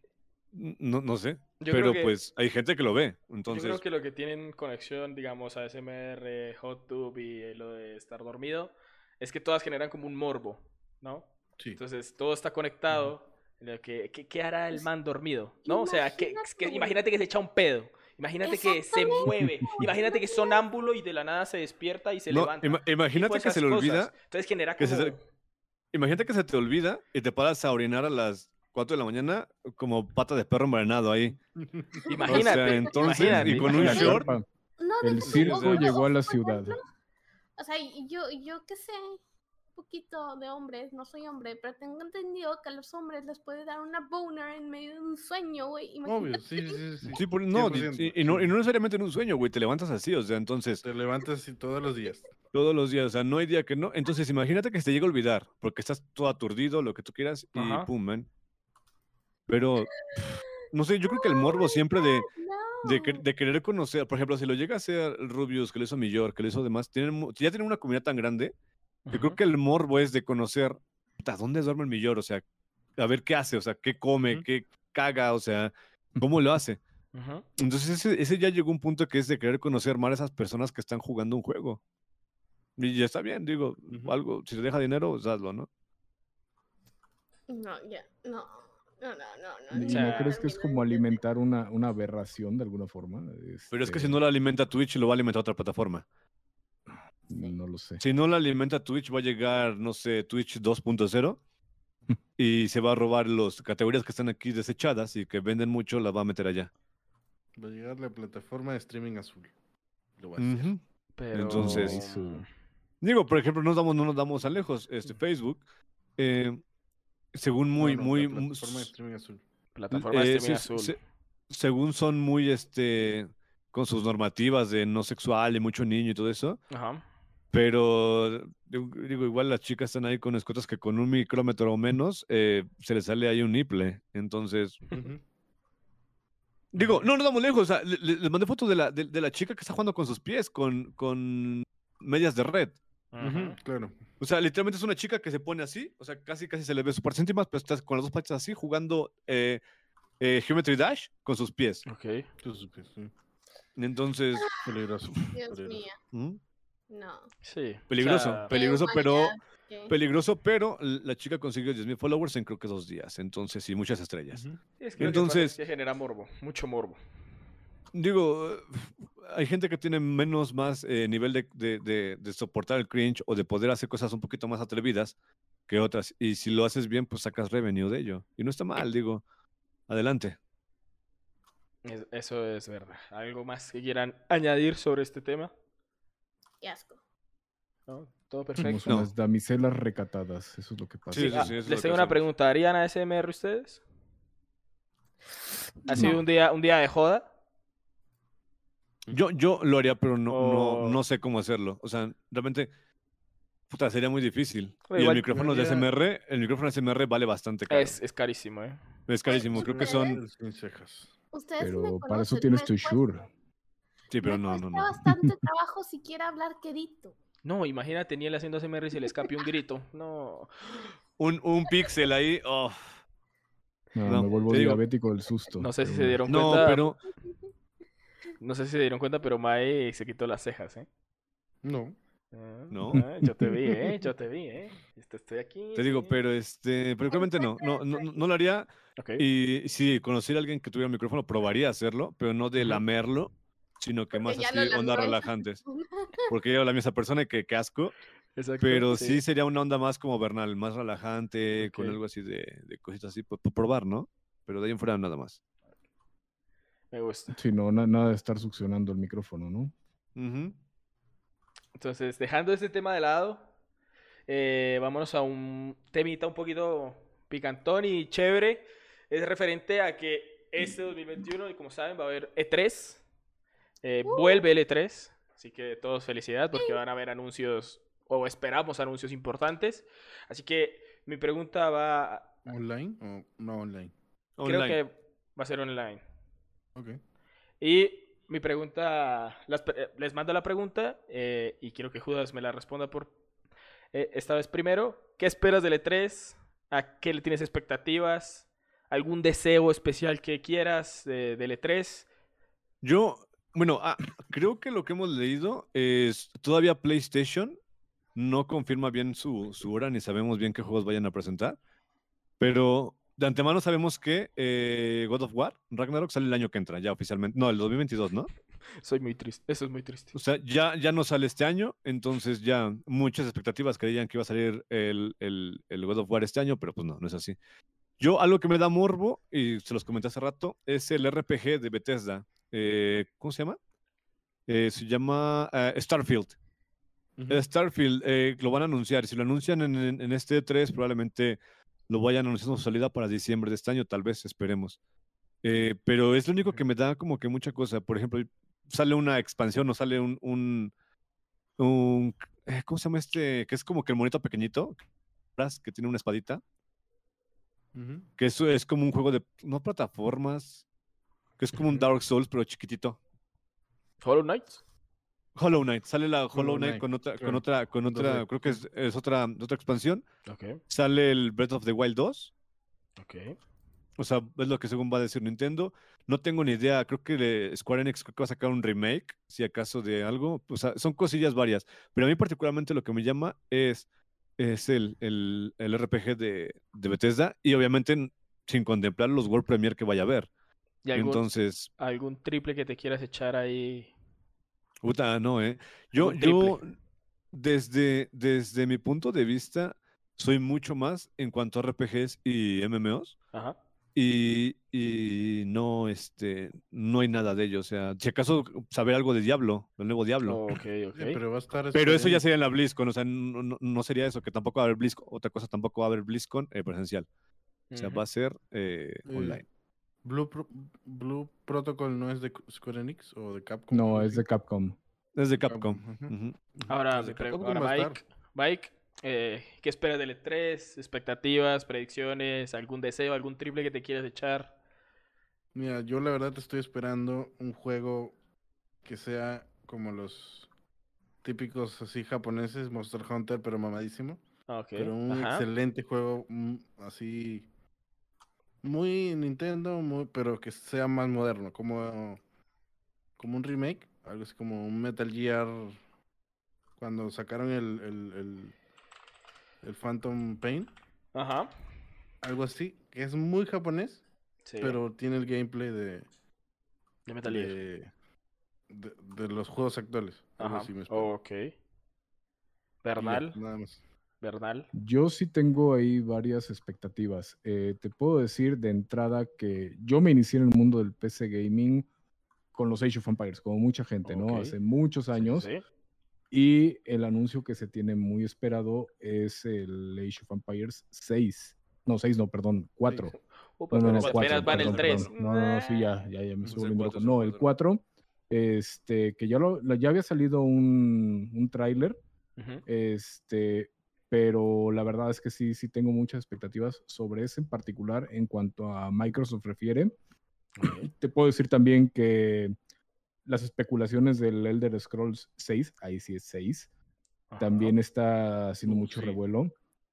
no sé, Yo creo pero que, pues hay gente que lo ve. yo creo Entonces, que lo que tienen conexión, digamos, a SMR, HotTube y lo de estar dormido, es que todas generan como un morbo, ¿no? Sí. Entonces todo está Ujú. conectado. En lo ¿qué hará el Pues, man dormido? ¿No? O sea, imagínate, güey. imagínate que se echa un pedo. Imagínate que se Exactamente, mueve. güey. Imagínate que es Imagínate. sonámbulo y de la nada se despierta y se no, levanta. Tipo imagínate que se esas le cosas. olvida, Entonces genera que como... imagínate que se te olvida y te paras a orinar a las 4 de la mañana como pata de perro envenenado ahí. O sea, Imagínate, entonces, y con un La imagínate. short, carpa. No, El deja tú, sí, o circo o, sea, llegó a la por ciudad. ejemplo, o sea, yo qué sé, un poquito de hombres, no soy hombre, pero tengo entendido que a los hombres les puede dar una boner en medio de un sueño, güey. Obvio, Imagínate. sí. sí, no, 100%. y no necesariamente en un sueño, güey, te levantas así, o sea, entonces, Te levantas así todos los días. todos los días, o sea, no hay día que no. Entonces, imagínate que se te llega a olvidar, porque estás todo aturdido, lo que tú quieras, y Ajá. pum, man. Pero, no sé, yo creo que el Oh morbo my siempre God, no. de querer conocer, por ejemplo, si lo llega a hacer Rubius, que lo hizo Millor, que lo hizo demás, ya tienen una comunidad tan grande que creo Ujú, que el morbo es de conocer, puta, ¿dónde duerme el Millor? O sea, a ver qué hace, o sea, qué come, Ujú. qué caga, o sea, cómo lo hace. ujú. Entonces ese ya llegó a un punto que es de querer conocer más a esas personas que están jugando un juego. Y ya está bien, digo, Ujú. algo, si te deja dinero, pues hazlo, ¿no? No, ya, no. No, O ¿Y ni no lo sea, crees que es termino de como entender. alimentar una aberración de alguna forma? Pero es que si no lo alimenta Twitch, lo va a alimentar otra plataforma. No lo sé. Si no la alimenta Twitch, va a llegar, no sé, Twitch 2.0 y se va a robar las categorías que están aquí desechadas y que venden mucho, las va a meter allá. Va a llegar la plataforma de streaming azul. Lo va a hacer. Ujú. Pero... Entonces, Eso. digo, por ejemplo, no nos damos tan lejos. Facebook, según No, la plataforma de streaming azul. Plataforma de streaming se- azul. se- según son muy, con sus normativas de no sexual y mucho niño y todo eso, Ajá. pero digo, igual las chicas están ahí con escotas que con un micrómetro o menos se les sale ahí un nipple. Entonces, Ujú. digo, no nos damos lejos. O sea, les mandé fotos de la chica que está jugando con sus pies, con medias de red. Ujú, claro. O sea, literalmente es una chica que se pone así, o sea, casi se le ve súper céntimas, pero está con las dos patas así jugando Geometry Dash con sus pies. Ok. Entonces, pues, sí, Entonces, peligroso. Dios peligroso. mío. ¿mm? No. Sí. Peligroso, O sea, peligroso, Qué pero humanidad, qué- peligroso, pero la chica consiguió 10,000 followers en creo que 2 días. Entonces, sí, muchas estrellas. Ujú. es que lo que pasa es Entonces, que genera morbo, mucho morbo. digo, hay gente que tiene más nivel de soportar el cringe o de poder hacer cosas un poquito más atrevidas que otras. Y si lo haces bien, pues sacas revenue de ello. Y no está mal, digo, adelante. Eso es verdad. ¿Algo más que quieran añadir sobre este tema? Qué asco. ¿No? Todo Somos perfecto. No. unas damiselas recatadas. Eso es lo que pasa. Sí, Ah, eso es lo les que tengo una hacemos. pregunta. ¿Harían ASMR ustedes? ¿Ha No. sido un día de joda? Yo lo haría, pero O- no sé cómo hacerlo. O sea, realmente, puta, sería muy difícil. Pero Y igual- el micrófono de SMR vale bastante caro. Es carísimo, ¿eh? Es carísimo, creo que son... El sin cejas. Ustedes sí me Pero para eso conocen, tienes me tu cuesta- Shure. Sí, pero me no. cuesta bastante trabajo siquiera hablar quedito. No, imagínate Niel haciendo ASMR y se le escape un grito. No. Un píxel ahí, oh. No, No, me vuelvo te digo- diabético del susto. No sé si pero se dieron No, cuenta. pero... No sé si se dieron cuenta, pero Mae se quitó las cejas, ¿eh? No. No. Yo te vi, ¿eh? Yo te vi, ¿eh? Estoy aquí. Te digo, sí. pero realmente no lo haría. Ok. Y si conociera a alguien que tuviera un micrófono, probaría hacerlo, pero no de Ujú. lamerlo, sino que Porque más ya así, lo lamió ondas esa relajantes. persona. Porque yo la misma persona y que asco, Exacto. pero sí sería una onda más como Bernal, más relajante, con Ok. algo así de cositas así, por probar, ¿no? Pero de ahí en fuera nada más. Me gusta. Sí, no, nada de estar succionando el micrófono, ¿no? Ujú. Entonces, dejando este tema de lado, vámonos a un temita un poquito picantón y chévere. Es referente a que este 2021, y como saben, va a haber E3. Vuelve el E3. Así que todos felicidad porque van a haber anuncios, o esperamos anuncios importantes. Así que mi pregunta va, ¿Online o no online? creo Online. que va a ser online. Ok. Y mi pregunta, les mando la pregunta y quiero que Judas me la responda esta vez primero. ¿Qué esperas del E3? ¿A qué le tienes expectativas? ¿Algún deseo especial que quieras del E3? Bueno, creo que lo que hemos leído es todavía PlayStation no confirma bien su hora, ni sabemos bien qué juegos vayan a presentar, pero de antemano sabemos que God of War, Ragnarok, sale el año que entra, ya oficialmente. No, el 2022, ¿no? Soy muy triste, eso es muy triste. O sea, ya no sale este año, entonces ya muchas expectativas creían que iba a salir el God of War este año, pero pues no es así. Algo que me da morbo, y se los comenté hace rato, es el RPG de Bethesda. ¿Cómo se llama? Se llama Starfield. Ujú. Starfield lo van a anunciar. Si lo anuncian en este E3, probablemente lo vayan anunciando su salida para diciembre de este año, tal vez, esperemos. Pero es lo único que me da como que mucha cosa. Por ejemplo, sale una expansión o sale ¿cómo se llama este? Que es como que el monito pequeñito, que tiene una espadita. Ujú. Que eso es como un juego de, no plataformas, que es como un Ujú. Dark Souls, pero chiquitito. Hollow Knight. Hollow Knight, sale la Hollow Hollow Knight Knight, con otra, claro. creo que es otra expansión. Ok, Sale el Breath of the Wild 2. ok. O sea, es lo que según va a decir Nintendo. No tengo ni idea, creo que Square Enix creo que va a sacar un remake, si acaso de algo. O sea, son cosillas varias. Pero a mí particularmente lo que me llama es el RPG de Bethesda y obviamente sin contemplar los World Premiere que vaya a haber. ¿Y Entonces, algún triple que te quieras echar ahí? puta, no, ¿eh? Yo, ¿Algún triple? desde mi punto de vista, soy mucho más en cuanto a RPGs y MMOs. Ajá. Y no, no hay nada de ello. O sea, si acaso saber algo de Diablo, del nuevo Diablo. Ok. Pero va a estar Pero eso ya Enix. sería en la BlizzCon, o sea, no sería eso, que tampoco va a haber BlizzCon, otra cosa tampoco va a haber BlizzCon presencial. O sea, Ujú. va a ser online. Blue Protocol no es de Square Enix o de Capcom. No, algo es así. de Capcom. Es de Capcom. Ujú. Ujú. Ahora, Es de Capcom, va a estar. Mike, ¿qué esperas del E3? ¿Expectativas, predicciones, algún deseo, algún triple que te quieras echar? Mira, yo la verdad estoy esperando un juego que sea como los típicos así japoneses, Monster Hunter, pero mamadísimo. Ok, Pero un ajá. excelente juego, así muy Nintendo, pero que sea más moderno, como un remake, algo así como un Metal Gear cuando sacaron el Phantom Pain, Ajá. algo así, que es muy japonés, Sí, pero tiene el gameplay de Metal Gear. de, de los juegos actuales, algo Ajá. así me espero. Ok. Y ya, Bernal, nada más. Bernal. Yo sí tengo ahí varias expectativas. Te puedo decir de entrada que yo me inicié en el mundo del PC gaming con los Age of Empires, como mucha gente, ¿no? Ok. Hace muchos Sí, sí, años. sí. Y el anuncio que se tiene muy esperado es el Age of Empires 6. No, 6 no, perdón, 4. Upa, No, no, no, apenas, 4, apenas van el perdón, 3. perdón. No, no, no, sí, ya me Es estoy el volviendo 4, loco. es el No, el 4. 4, que ya había salido un tráiler, pero la verdad es que sí tengo muchas expectativas sobre ese en particular en cuanto a Microsoft refiere. Te puedo decir también que las especulaciones del Elder Scrolls 6, ahí sí es 6, también está haciendo mucho Sí. revuelo.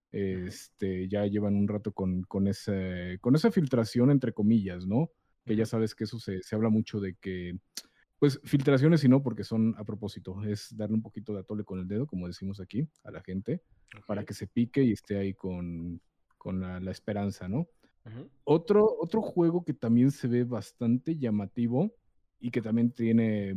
Ya llevan un rato con esa filtración, entre comillas, ¿no? Que ya sabes que eso se habla mucho de que, pues, filtraciones y no, porque son a propósito, es darle un poquito de atole con el dedo, como decimos aquí, a la gente, para que se pique y esté ahí con la esperanza, ¿no? Otro juego que también se ve bastante llamativo y que también tiene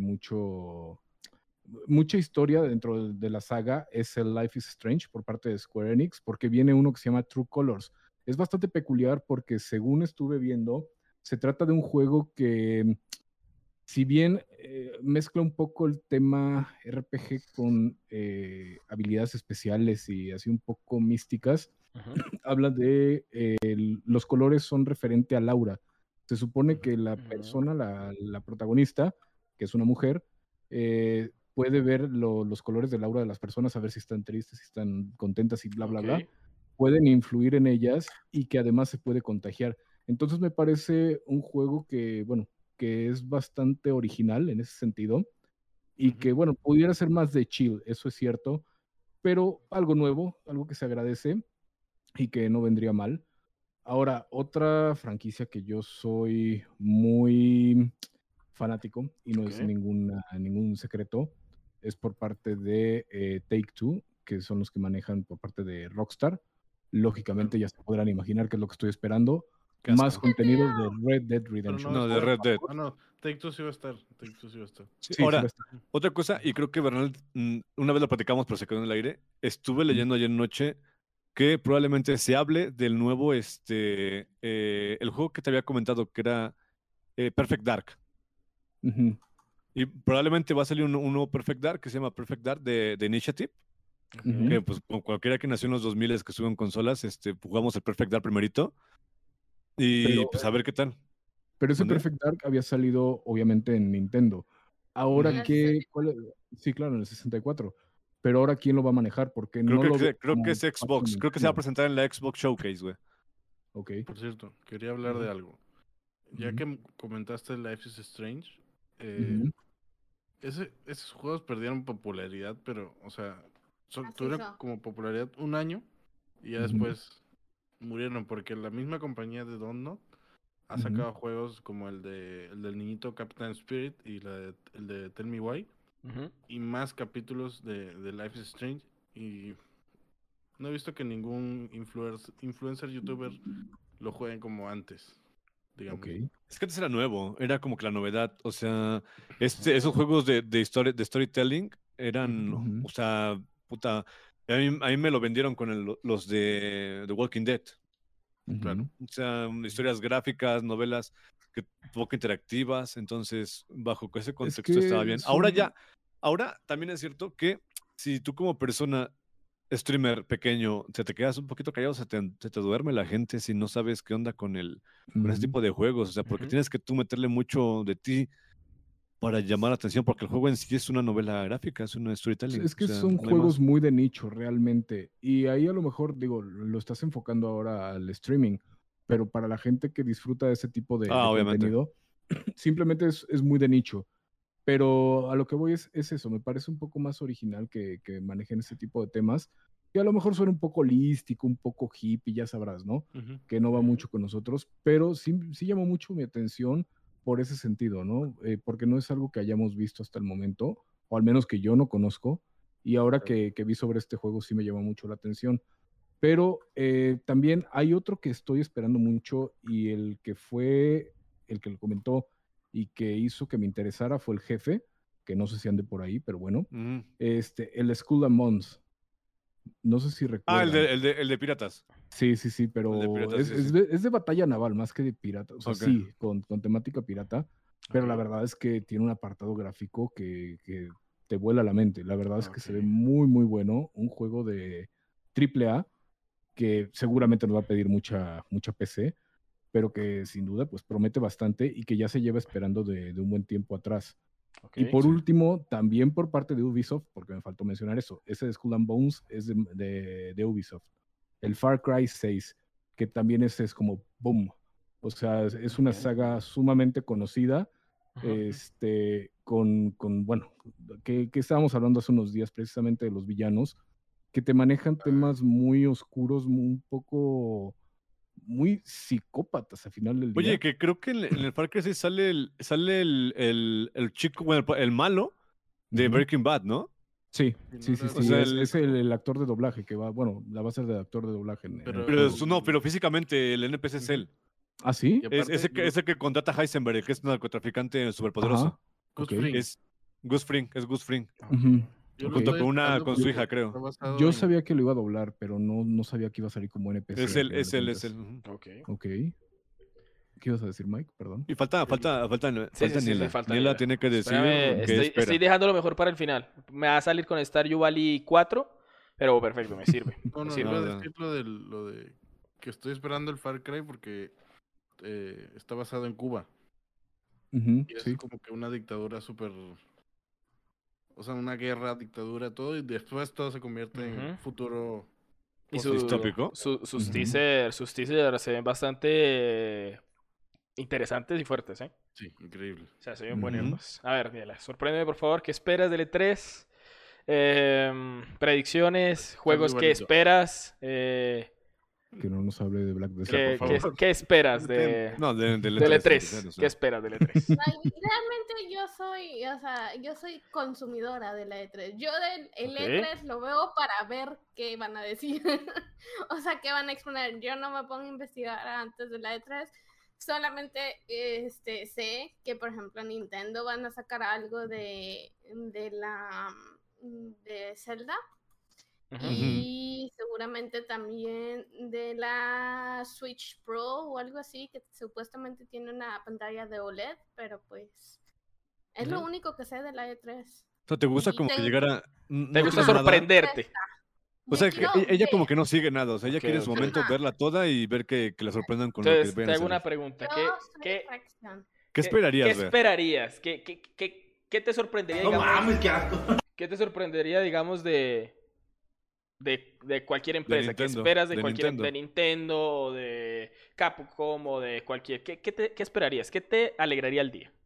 mucha historia dentro de la saga es el Life is Strange por parte de Square Enix, porque viene uno que se llama True Colors. Es bastante peculiar porque según estuve viendo, se trata de un juego que, si bien mezcla un poco el tema RPG con habilidades especiales y así un poco místicas, habla de los colores son referente al aura. Se supone que la persona, la protagonista, que es una mujer, puede ver los colores del aura de las personas, saber si están tristes, si están contentas y bla, bla, bla. Pueden influir en ellas y que además se puede contagiar. Entonces me parece un juego que, bueno, que es bastante original en ese sentido y que, bueno, pudiera ser más de chill, eso es cierto, pero algo nuevo, algo que se agradece y que no vendría mal. Ahora, otra franquicia que yo soy muy fanático y no es ningún secreto, es por parte de Take-Two, que son los que manejan por parte de Rockstar. Lógicamente ya se podrán imaginar qué es lo que estoy esperando. Qué Más asco. contenido de Red Dead Pero Redemption. No, de Red Dead. no, Take-Two sí va a estar. Take-Two sí va a estar. Sí, Sí, sí va a ahora, estar. otra cosa, y creo que Bernal, una vez lo platicamos, pero se quedó en el aire. Estuve leyendo ayer noche que probablemente se hable del nuevo, el juego que te había comentado, que era Perfect Dark. Ujú. Y probablemente va a salir un nuevo Perfect Dark que se llama Perfect Dark de Initiative. Ujú. Que pues con cualquiera que nació en los 2000 que suben consolas, jugamos el Perfect Dark primerito. Y Pero, pues a ver qué tal. pero ese ¿Dónde? Perfect Dark había salido obviamente en Nintendo. Ahora En la que, sí, claro, en el 64. Pero ahora, ¿quién lo va a manejar? Porque Creo no que, lo veo creo que como es parte de Xbox. Creo que se va a Nintendo. presentar en la Xbox Showcase, güey. Ok. Por cierto, quería hablar de algo. Ya Ujú. que comentaste Life is Strange, Ujú. esos juegos perdieron popularidad, pero, o sea, Así tuvieron son. como popularidad un año y ya Ujú. después murieron porque la misma compañía de Dontnod ha Ujú. sacado juegos como el del niñito Captain Spirit y el de Tell Me Why y más capítulos de Life is Strange y no he visto que ningún influencer youtuber lo jueguen como antes, digamos. Ok. Es que antes era nuevo, era como que la novedad. O sea, esos juegos de storytelling eran, Ujú. o sea, puta, a mí me lo vendieron con los de The Walking Dead. Claro. O sea, historias gráficas, novelas poco interactivas, entonces bajo ese contexto estaba bien. Ahora también es cierto que si tú como persona, streamer pequeño, te quedas un poquito callado, se te duerme la gente si no sabes qué onda con ese tipo de juegos, o sea, porque tienes que tú meterle mucho de ti para llamar la atención, porque el juego en sí es una novela gráfica, es un storytelling. Es que o sea, son no hay juegos más. muy de nicho realmente. Y ahí a lo mejor, digo, lo estás enfocando ahora al streaming, pero para la gente que disfruta de ese tipo de Obviamente. contenido, simplemente es muy de nicho. Pero a lo que voy es eso, me parece un poco más original que manejen ese tipo de temas, que a lo mejor suena un poco holístico, un poco hippie, ya sabrás, ¿no? Ujú. Que no va mucho con nosotros, pero sí llamó mucho mi atención por ese sentido, ¿no? Porque no es algo que hayamos visto hasta el momento, o al menos que yo no conozco, y ahora que vi sobre este juego sí me llamó mucho la atención. Pero también hay otro que estoy esperando mucho y el que lo comentó y que hizo que me interesara fue el jefe, que no sé si ande por ahí, pero bueno, Ujú. el Skull and Bones. No sé si El recuerdan. el de piratas. Sí, El de pero piratas, sí, sí. es de batalla naval más que de pirata. O sea, Ok. sí, con temática pirata, pero la Ok. verdad es que tiene un apartado gráfico que te vuela la mente. La verdad es que se ve Ok. muy, muy bueno. Un juego de triple A que seguramente nos va a pedir mucha PC, pero que sin duda pues promete bastante y que ya se lleva esperando de un buen tiempo atrás. Ok. Y por Sí. último, también por parte de Ubisoft, porque me faltó mencionar eso, ese de Skull and Bones es de Ubisoft. El Far Cry 6, que también es como boom. O sea, es una Ok. saga sumamente conocida, Ajá. bueno, que estábamos hablando hace unos días precisamente de los villanos, que te manejan temas muy oscuros, un poco, muy psicópatas al final del Oye, día. que creo que en el Far Cry 6 sale el chico, bueno, el malo de Ujú. Breaking Bad, ¿no? Sí, Y no sí, sí, era O sí, sea, es el actor de doblaje que va, bueno, la va a ser de actor de doblaje en el Pero- pero juego. no, pero físicamente el NPC es Ujú. él. ¿Ah, Y sí? aparte, Ese que contrata a Heisenberg, el que es un narcotraficante superpoderoso. Ajá, ok. Gus Fring, Es Gus Fring, es Gus Fring. Ok. Ujú, yo lo ok. Junto estoy con esperando su Yo, porque hija, está creo. basado yo en... sabía que lo iba a doblar, pero no sabía que iba a salir como NPC al final de Es él. cuentas. Ujú. Ok. Ok. ¿Qué ibas a decir, Mike? Perdón. Y falta Sí, Niela. falta Niela Niela. tiene que decir Espérame, qué estoy espera. dejando lo mejor para el final. Me va a salir con Stardew Valley 4, pero perfecto, me sirve. No, Me no, sirve. iba a No, decir lo de que estoy esperando el Far Cry porque está basado en Cuba. Ujú, Y es sí. como que una dictadura súper... O sea, una guerra, dictadura, todo, y después todo se convierte en Ujú. futuro Y post-distópico. ¿Distópico? Ujú. sus teasers se ven bastante interesantes y fuertes, ¿eh? Sí, increíble. O sea, se ven Ujú. buenos. A ver, Niela, sorpréndeme por favor, ¿qué esperas del E3? Predicciones, Stardew juegos que Valley 2. esperas, Que no nos hable de Black Ya, Desert, por por favor. favor. ¿qué esperas Detente. No, del del E3, del E3? E3, o ¿Qué sea. esperas del E3? Ay, realmente yo soy consumidora de la E3. Yo el Ok. E3 lo veo para ver qué van a decir. O sea, qué van a exponer. Yo no me pongo a investigar antes de la E3. Solamente sé que, por ejemplo, Nintendo van a sacar algo de Zelda. Ujú. Y seguramente también de la Switch Pro o algo así, que supuestamente tiene una pantalla de OLED, pero pues es lo Ujú. único que sé de la E3. O sea, ¿te gusta Y como que llegara, ¿Te no gusta tiene nada? sorprenderte? O Me sea, quiero ella como ver. que no sigue nada, o sea, ella Ok, quiere en su ok. momento Ajá. verla toda y ver que la sorprendan con lo que Entonces, vayan te a hago una salir. pregunta. Yo soy reacción. ¿Qué Qué esperarías ver? esperarías? ¿Qué te sorprendería, No digamos? mames, qué asco. ¿Qué te sorprendería, digamos, de cualquier De empresa? ¿Qué Nintendo, esperas de de cualquier de Nintendo. Nintendo o de Capcom o de cualquier? ¿Qué esperarías? ¿Qué te alegraría el día?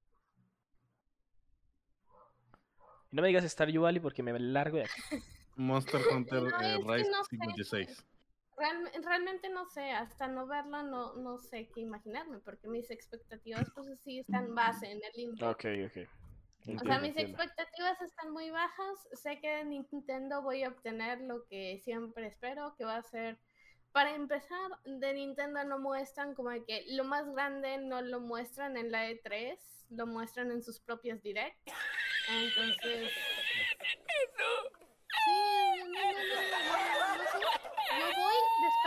Y no me digas Stardew Valley porque me largo de aquí. Monster Hunter No, es que Rise no sé. 56. Realmente no sé, hasta no verlo no sé qué imaginarme, porque mis expectativas pues sí están base en el limbo. Ok. O sea, Entiendo, mis entiendo. expectativas están muy bajas. Sé que de Nintendo voy a obtener lo que siempre espero, que va a ser, para empezar, de Nintendo no muestran como de que lo más grande no lo muestran en la E3, lo muestran en sus propios directs. Entonces, sí,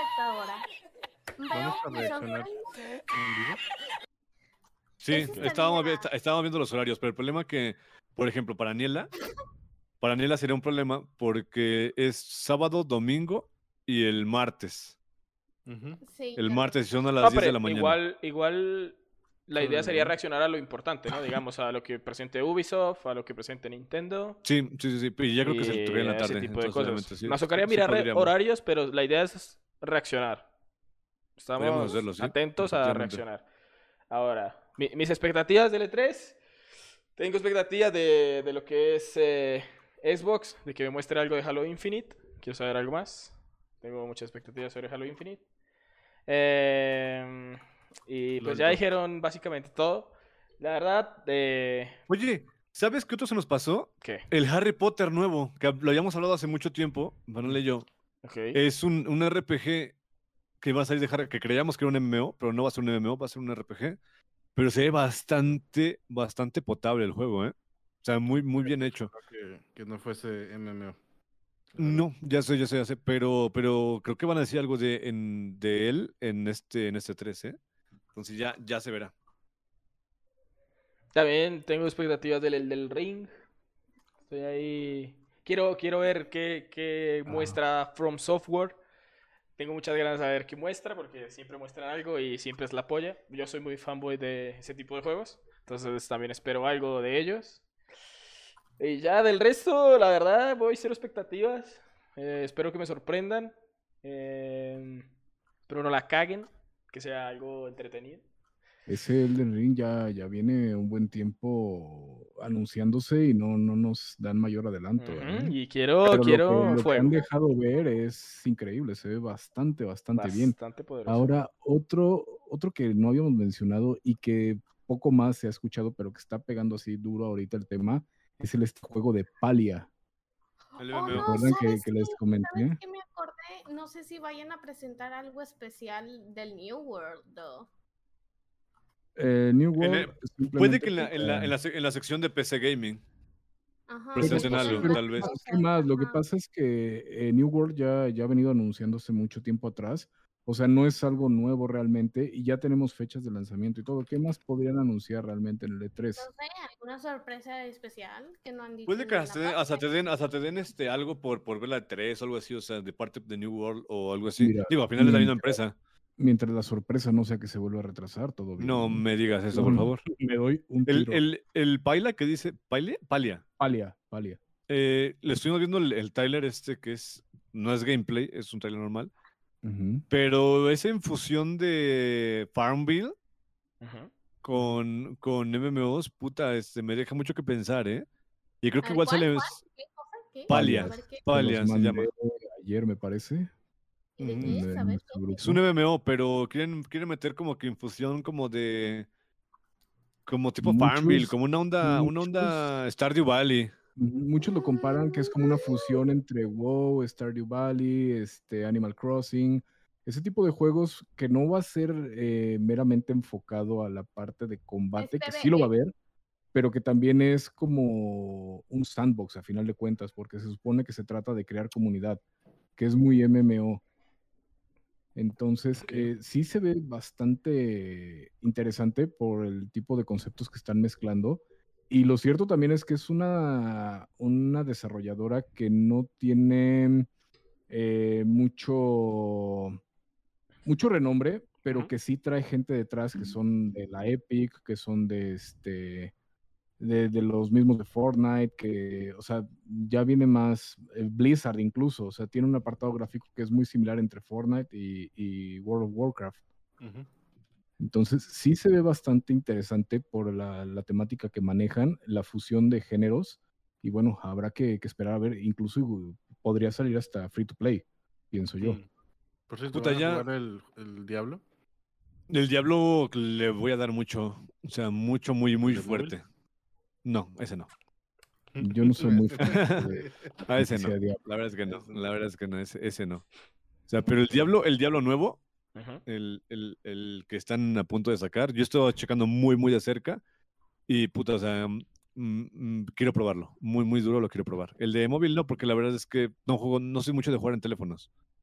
espectadora. ¿Vamos a Veo que reaccionar Sunrise en vivo? Sí, Esa estaría- estábamos viendo los horarios, pero el problema que, por ejemplo, para Aniela sería un problema porque es sábado, domingo y el martes. Ujú. Sí, El ya martes sé. son a las No, 10 de pero la mañana. igual la idea Solo sería ¿no? reaccionar a lo importante, ¿no? Digamos, a lo que presente Ubisoft, a lo que presente Nintendo Sí, sí, sí, sí. Y ya creo que se tocaría en y la a ese tarde. tipo de Entonces, cosas. obviamente, sí, Nos tocaría sí mirar podríamos. horarios, pero la idea es reaccionar. Podríamos Estamos hacerlo, sí. atentos a Efectivamente. reaccionar. Ahora, mis expectativas del E3. Tengo expectativas de lo que es Xbox, de que me muestre algo de Halo Infinite. Quiero saber algo más. Tengo muchas expectativas sobre Halo Infinite. Y pues LOL ya 2. dijeron básicamente todo. La verdad, Oye, ¿sabes qué otro se nos pasó? ¿qué? El Harry Potter nuevo, que lo habíamos hablado hace mucho tiempo, Manuel y yo. Ok. Es un RPG que va a salir de Harry, que creíamos que era un MMO, pero no va a ser un MMO, va a ser un RPG. Pero se ve bastante potable el juego, ¿eh? O sea, muy bien hecho. Que no fuese MMO. la verdad. No, ya sé, pero creo que van a decir algo de él en este 3, ¿eh? Entonces ya se verá. También tengo expectativas del Ring. Estoy ahí. Quiero ver qué muestra From Software. Tengo muchas ganas de saber qué muestra, porque siempre muestran algo y siempre es la polla. Yo soy muy fanboy de ese tipo de juegos, entonces también espero algo de ellos. Y ya del resto, la verdad, voy cero expectativas. Espero que me sorprendan. Espero no la caguen, que sea algo entretenido. Ese Elden Ring ya viene un buen tiempo anunciándose y no nos dan mayor adelanto, Ujú, ¿eh? y quiero Pero lo que han fuego. dejado ver es increíble, se ve bastante bien. Bastante poderoso. Ahora, otro que no habíamos mencionado y que poco más se ha escuchado, pero que está pegando así duro ahorita el tema, es este juego de Palia. El Oh, MMO. no, ¿Recuerdan ¿sabes que les qué? comenté? ¿Sabes qué me acordé? No sé si vayan a presentar algo especial del New World, though. New En World el- puede simplemente que en la sección de PC Gaming Ajá, presenten dijeron algo, pero tal vez. ¿qué más? Lo que Ajá. pasa es que New World ya ha venido anunciándose mucho tiempo atrás. O sea, no es algo nuevo realmente y ya tenemos fechas de lanzamiento y todo. ¿Qué más podrían anunciar realmente en el E3? No sé, alguna sorpresa especial que no han dicho Puede en que la hasta te página. den algo por ver la 3 o algo así, o sea, de parte de New World o algo así. Mira, Digo, al final es la misma mientras, empresa. mientras la sorpresa no sea que se vuelva a retrasar, todo No bien. me digas eso, Yo por favor. me doy un tiro. El Paila que dice, Palia. Palia. Le estuvimos viendo el tráiler que no es gameplay, es un tráiler normal, Ujú. pero esa infusión de Farmville Ujú. con MMOs, puta, me deja mucho que pensar, ¿eh? Y creo A que ver, igual ¿cuál? sale ¿Qué cosa? ¿Qué? Palia, A ver, ¿qué? Se los Palia se llama. mandé ayer, me parece. ¿Y de Ujú. qué es? A ver, Nuestro ¿qué? Es un grupo. MMO, pero quieren meter como que infusión como tipo Farmville, Muchos, como una muchos onda Stardew Valley. Muchos lo comparan que es como una fusión entre WoW, Stardew Valley, Animal Crossing, ese tipo de juegos que no va a ser meramente enfocado a la parte de Es combate, que sí lo va a PvE. haber, pero que también es como un sandbox a final de cuentas, porque se supone que se trata de crear comunidad, que es muy MMO. Entonces, Ok. sí se ve bastante interesante por el tipo de conceptos que están mezclando. Y lo cierto también es que es una desarrolladora que no tiene mucho renombre, pero Ujú. que sí trae gente detrás que son de la Epic, que son de los mismos de Fortnite, que, o sea, ya viene más Blizzard incluso, o sea, tiene un apartado gráfico que es muy similar entre Fortnite y World of Warcraft. Ujú. Entonces, sí se ve bastante interesante por la temática que manejan, la fusión de géneros, y bueno, habrá que esperar a ver, incluso podría salir hasta free to play, pienso yo. Por cierto, Puta, ¿van a ya jugar el Diablo? el Diablo le voy a dar mucho, o sea, mucho, muy, muy de móvil? fuerte. No, ese no. Yo no soy muy fan de A ese franquicia no. de Diablo. La verdad es que no. Ese La no. verdad es que no, ese no. O sea, pero el Diablo nuevo, Ujú. el que están a punto de sacar, yo estoy checando muy de cerca y puta, o sea, quiero probarlo. Muy duro lo quiero probar. El de móvil no, porque la verdad es que no soy mucho de jugar en teléfonos.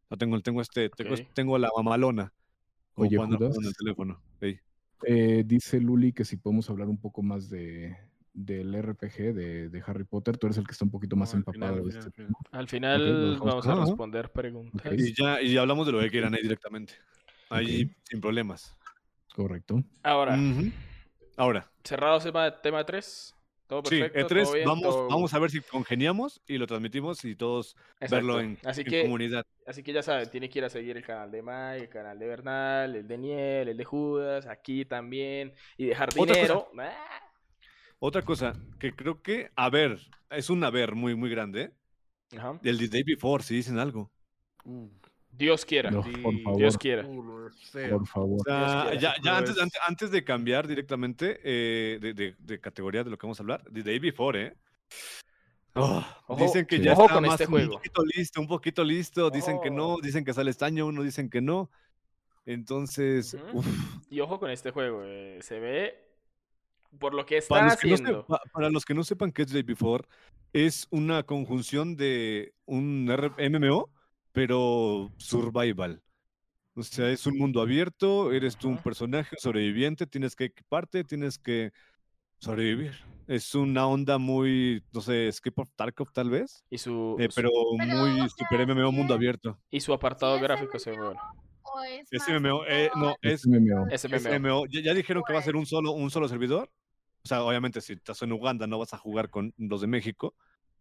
O sea, Ok. tengo la mamalona, como Oye, para andar Judas, jugando en el teléfono. Ey. dice Luli que si podemos hablar un poco más del RPG de Harry Potter. Tú eres el que está un poquito No, más empapado de al este final. tema. Al Ok, lo final dejamos vamos a para... Ajá. responder Ok, preguntas. Y hablamos de lo que quieran ahí directamente. ok, Ahí sin problemas. correcto. Ahora, Ujú. Ahora, cerrado tema 3. Todo sí, perfecto, todo E3, bien, todo. vamos a ver si congeniamos y lo transmitimos y todos verlo Exacto. en comunidad. Así que ya saben, tiene que ir a seguir el canal de Mike, el canal de Bernal, el de Niel, el de Judas, aquí también. Y dejar Otra cosa, dinero. otra cosa que creo que, a ver, es un haber muy, muy grande, ¿eh? Ajá. El The Day Before, si dicen algo. Uh, Dios quiera. No, por sí, Dios favor, quiera. lo por deseo. O favor. Dios sea, quiera. ya Ese juego es- antes de cambiar directamente de categoría de lo que vamos a hablar, The Day Before, ¿eh? Oh, Ojo, dicen que Sí. ya ojo está con este más, juego. un poquito listo, dicen que Ojo. no, dicen que sale este año, uno dicen que no. Entonces, Ujú. uf. Y ojo con este juego. Se ve por lo que Para están los que no se- haciendo. pa- para los que no sepan qué es Day Before, es una conjunción de un MMO, pero survival. O sea, es un mundo abierto, eres tú un Ujú. personaje, un sobreviviente, tienes que equiparte, tienes que sobrevivir. Es una onda muy, no sé, Escape of Tarkov tal vez, Y su, pero Pero, muy o super sea, MMO mundo abierto. y su si apartado es gráfico se ve MMO bueno. o es Es más MMO, tipo no, Es MMO. Es es MMO. MMO. Ya dijeron que va a ser pues, un solo servidor. O sea, obviamente si estás en Uganda no vas a jugar con los de México,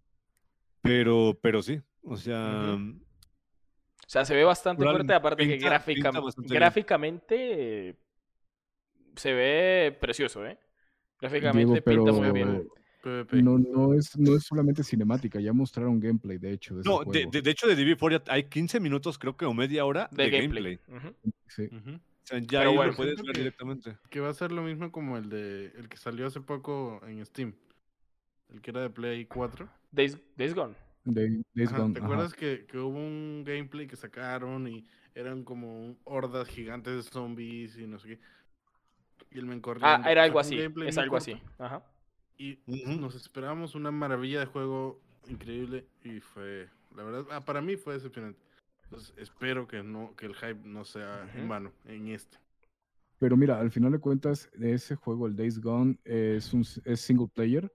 pero sí. O sea, Ujú. O sea, se ve bastante fuerte, aparte que pinta bastante bien. gráficamente se ve precioso, ¿eh? Diego, Gráficamente pinta muy bien. pero PvP. no es solamente cinemática, ya mostraron gameplay, de hecho, de ese No, juego. de hecho de DB4 hay 15 minutos, creo que o media hora De de gameplay. gameplay. Ujú. Sí. Ujú. O sea, ya Pero ahí bueno. lo Pero puedes siento ver directamente. que va a ser lo mismo como el que salió hace poco en Steam. El que era de Play 4. Days Gone. Days Ajá, Gone, ¿te ajá. acuerdas que hubo un gameplay que sacaron y eran como hordas gigantes de zombies y no sé qué? Y el men Ah, corriendo. era O algo sea, fue un así. gameplay Es muy algo corto. así. Ajá. Y Ujú. nos esperábamos una maravilla de juego increíble y fue, la verdad, para mí fue decepcionante. Entonces espero que no, que el hype no sea en Ujú. vano en este. Pero mira, al final de cuentas, ese juego, el Days Gone, es single player.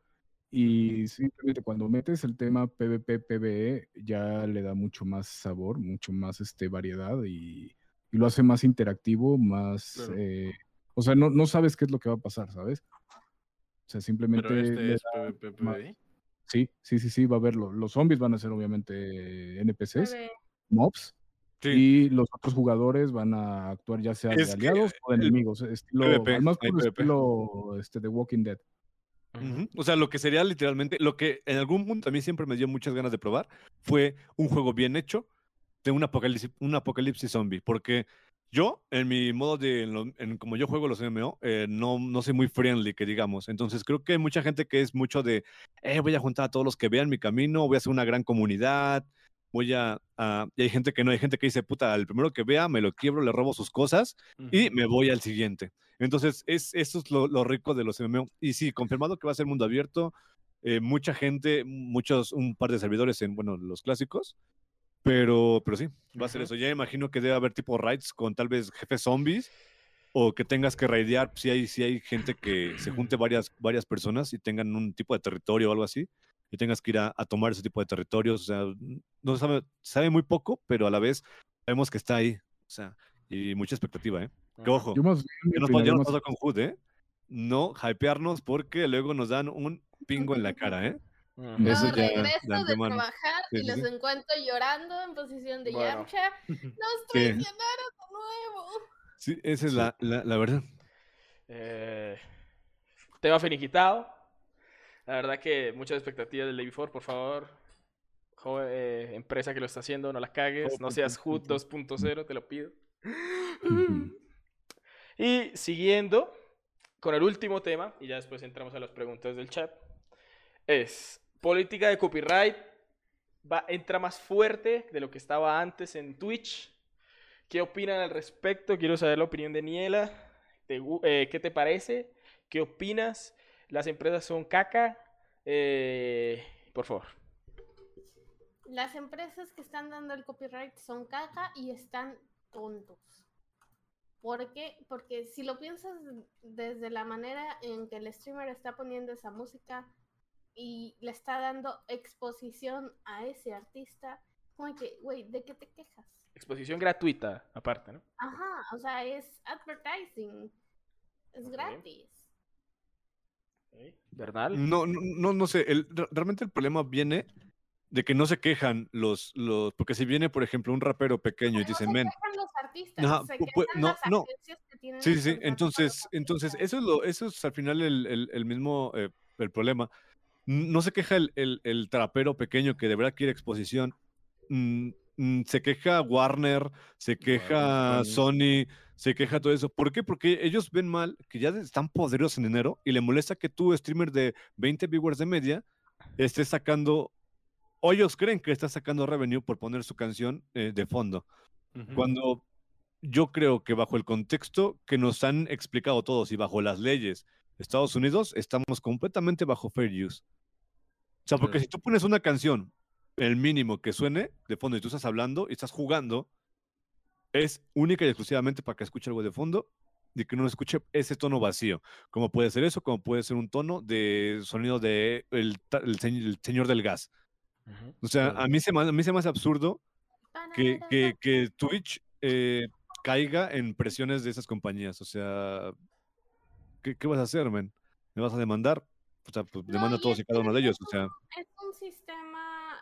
Y simplemente cuando metes el tema PvP, PvE, ya le da mucho más sabor, mucho más variedad y lo hace más interactivo, más... Claro. o sea, no sabes qué es lo que va a pasar, ¿sabes? O sea, Pero simplemente este le es da PvP, más... PvE. Sí, va a haber los zombies van a ser obviamente NPCs, bebé. mobs, Sí, y los otros jugadores van a actuar ya sea de es que aliados o de el enemigos, estilo, PvP, al más hay puro PvP. estilo The Walking Dead. Ujú. Ujú. O sea, lo que sería literalmente, lo que en algún punto a mí siempre me dio muchas ganas de probar, fue un juego bien hecho de un apocalipsis zombie. Porque yo, en mi modo como yo juego los MMO, no soy muy friendly, que digamos. Entonces creo que hay mucha gente que es mucho de, voy a juntar a todos los que vean mi camino, voy a hacer una gran comunidad, y hay gente que no, hay gente que dice, puta, el primero que vea, me lo quiebro, le robo sus cosas y Ujú. me voy al siguiente. Entonces, eso es lo rico de los MMO. Y sí, confirmado que va a ser mundo abierto, mucha gente, un par de servidores en, bueno, los clásicos, pero sí, va a ser Ujú. eso. Ya imagino que debe haber tipo raids con tal vez jefes zombies o que tengas que raidear si hay gente que se junte varias personas y tengan un tipo de territorio o algo así y tengas que ir a tomar ese tipo de territorios. O sea, no sabe muy poco, pero a la vez sabemos que está ahí. O sea, y mucha expectativa, ¿eh? Que Ujú. ojo, Yo más bien me ya inclinaría nos más pasó con Hood, ¿eh? No hypearnos porque luego nos dan un pingo en la cara, ¿eh? Ujú. Eso Luego Ujú. ya de regreso de antemano. trabajar Sí, y sí, los sí. encuentro llorando en posición de Bueno, Yamcha. Nos Sí, traicionaron de nuevo. sí, esa es Sí. la verdad. eh, tema finiquitado. La verdad que muchas expectativas del Day Before, por favor. Empresa que lo está haciendo, no la cagues. No seas Hood 2.0, te lo pido. Ujú. Y siguiendo con el último tema, y ya después entramos a las preguntas del chat, es política de copyright. Entra más fuerte de lo que estaba antes en Twitch. ¿Qué opinan al respecto? Quiero saber la opinión de Niela. ¿Qué te parece? ¿Qué opinas? ¿Las empresas son caca? Por favor. las empresas que están dando el copyright son caca y están tontos. ¿Por qué? Porque si lo piensas desde la manera en que el streamer está poniendo esa música y le está dando exposición a ese artista, como que, güey, ¿de qué te quejas? Exposición gratuita, aparte, ¿no? Ajá, o sea, es advertising, es gratis. ¿Bernal? No sé. Realmente el problema viene de que no se quejan porque si viene, por ejemplo, un rapero pequeño y No dice, se men, quejan los artistas, ajá, se quejan las no. agencias que tienen Sí, el sí, sí. contrato con los Entonces, artistas. eso es al final el mismo el problema. No se queja el trapero pequeño que de verdad quiere exposición. Se queja Warner, se queja Sony, se queja todo eso. ¿Por qué? Porque ellos ven mal que ya están poderosos en dinero y le molesta que tú, streamer de 20 viewers de media, estés sacando, o ellos creen que estás sacando revenue por poner su canción de fondo. Cuando yo creo que bajo el contexto que nos han explicado todos y bajo las leyes de Estados Unidos, estamos completamente bajo fair use. O sea, porque si tú pones una canción, el mínimo que suene de fondo y tú estás hablando y estás jugando, es única y exclusivamente para que escuche algo de fondo y que no escuche ese tono vacío. Como puede ser eso, como puede ser un tono de sonido de el señor del gas. O sea, a mí se me hace absurdo que Twitch caiga en presiones de esas compañías. O sea, ¿qué vas a hacer, men? ¿Me vas a demandar? O sea, pues No, demanda a y todos y cada uno de ellos. O sea, es un sistema,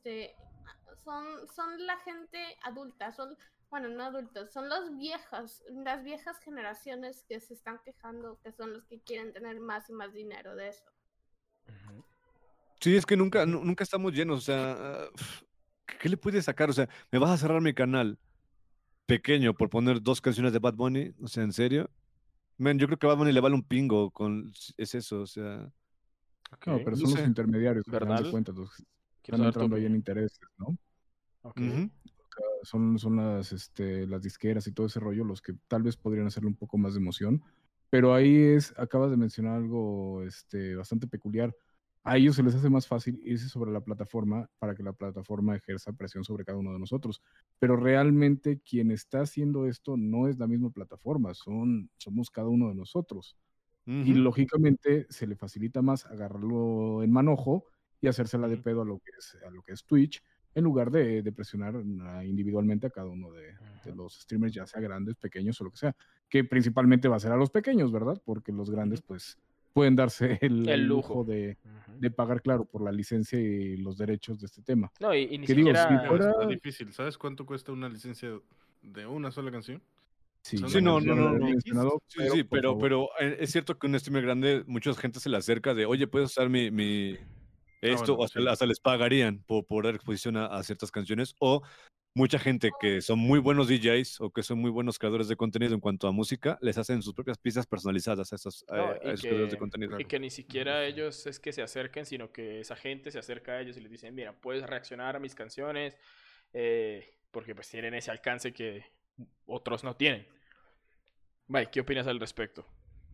son la gente adulta, bueno, no adultos, son las viejas generaciones que se están quejando, que son los que quieren tener más y más dinero de eso. sí, es que nunca estamos llenos. O sea, ¿qué le puedes sacar? O sea, ¿me vas a cerrar mi canal pequeño por poner 2 canciones de Bad Bunny? O sea, ¿en serio? Men, yo creo que a Bad Bunny le vale un pingo es eso, o sea. No, pero no son los sé. intermediarios, al final de Bernal, cuentas, los que quiero están saber tu entrando ahí en opinión. intereses, ¿no? Ok. Ujú. Son las disqueras y todo ese rollo los que tal vez podrían hacerle un poco más de emoción. Pero ahí acabas de mencionar algo bastante peculiar. A ellos se les hace más fácil irse sobre la plataforma para que la plataforma ejerza presión sobre cada uno de nosotros. Pero realmente quien está haciendo esto no es la misma plataforma, somos cada uno de nosotros. Y Ujú. lógicamente se le facilita más agarrarlo en manojo y hacérsela de pedo a lo que es Twitch, en lugar de presionar individualmente a cada uno de los streamers, ya sea grandes, pequeños o lo que sea, que principalmente va a ser a los pequeños, ¿verdad? Porque los grandes pues pueden darse el El lujo lujo. de pagar, claro, por la licencia y los derechos de este tema. No, y ni Que digo, si siquiera. No, fuera... está difícil. ¿Sabes cuánto cuesta una licencia de una sola canción? Sí, Son ya Sí, no, ya me lo habías X. mencionado, Sí, sí, por favor. pero es cierto que un streamer grande, mucha gente se le acerca de, oye, ¿puedes usar esto? Bueno, O sí. hasta les pagarían por dar exposición a ciertas canciones. O mucha gente que son muy buenos DJs o que son muy buenos creadores de contenido en cuanto a música, les hacen sus propias piezas personalizadas No, a esos creadores de contenido. y que ni siquiera ellos es que se acerquen, sino que esa gente se acerca a ellos y les dicen, mira, puedes reaccionar a mis canciones, porque pues tienen ese alcance que otros no tienen. Mike, ¿qué opinas al respecto?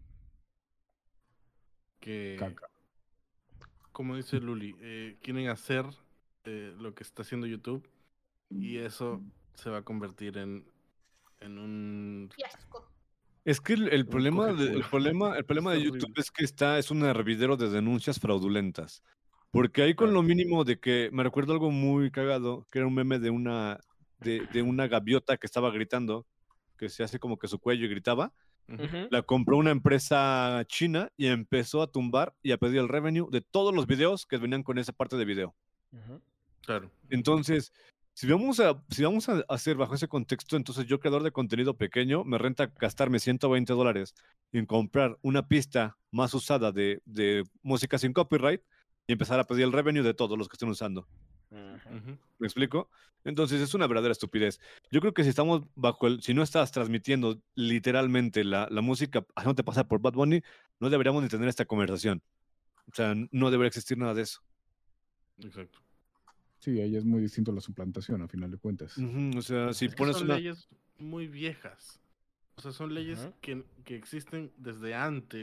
Que, Caca. como dice Luli, quieren hacer lo que está haciendo YouTube y eso se va a convertir en un Fiasco. Es que el Un problema, coge-culo. el problema de Está YouTube horrible. es que es un hervidero de denuncias fraudulentas. Porque ahí con Claro. lo mínimo de que me recuerdo algo muy cagado, que era un meme de una gaviota que estaba gritando, que se hace como que su cuello y gritaba. Ujú. La compró una empresa china y empezó a tumbar y a pedir el revenue de todos los videos que venían con esa parte de video. Ujú. Claro. Entonces, si vamos a hacer bajo ese contexto, entonces yo, creador de contenido pequeño, me renta gastarme $120 en comprar una pista más usada de música sin copyright y empezar a pedir el revenue de todos los que estén usando. Ujú. ¿Me explico? Entonces es una verdadera estupidez. Yo creo que si estamos si no estás transmitiendo literalmente la música, haciéndote pasar por Bad Bunny, no deberíamos ni tener esta conversación. O sea, no debería existir nada de eso. Exacto. Sí, ahí es muy distinto la suplantación, a final de cuentas. O sea, si Es que pones son una... leyes muy viejas. O sea, son leyes Ujú. que existen desde antes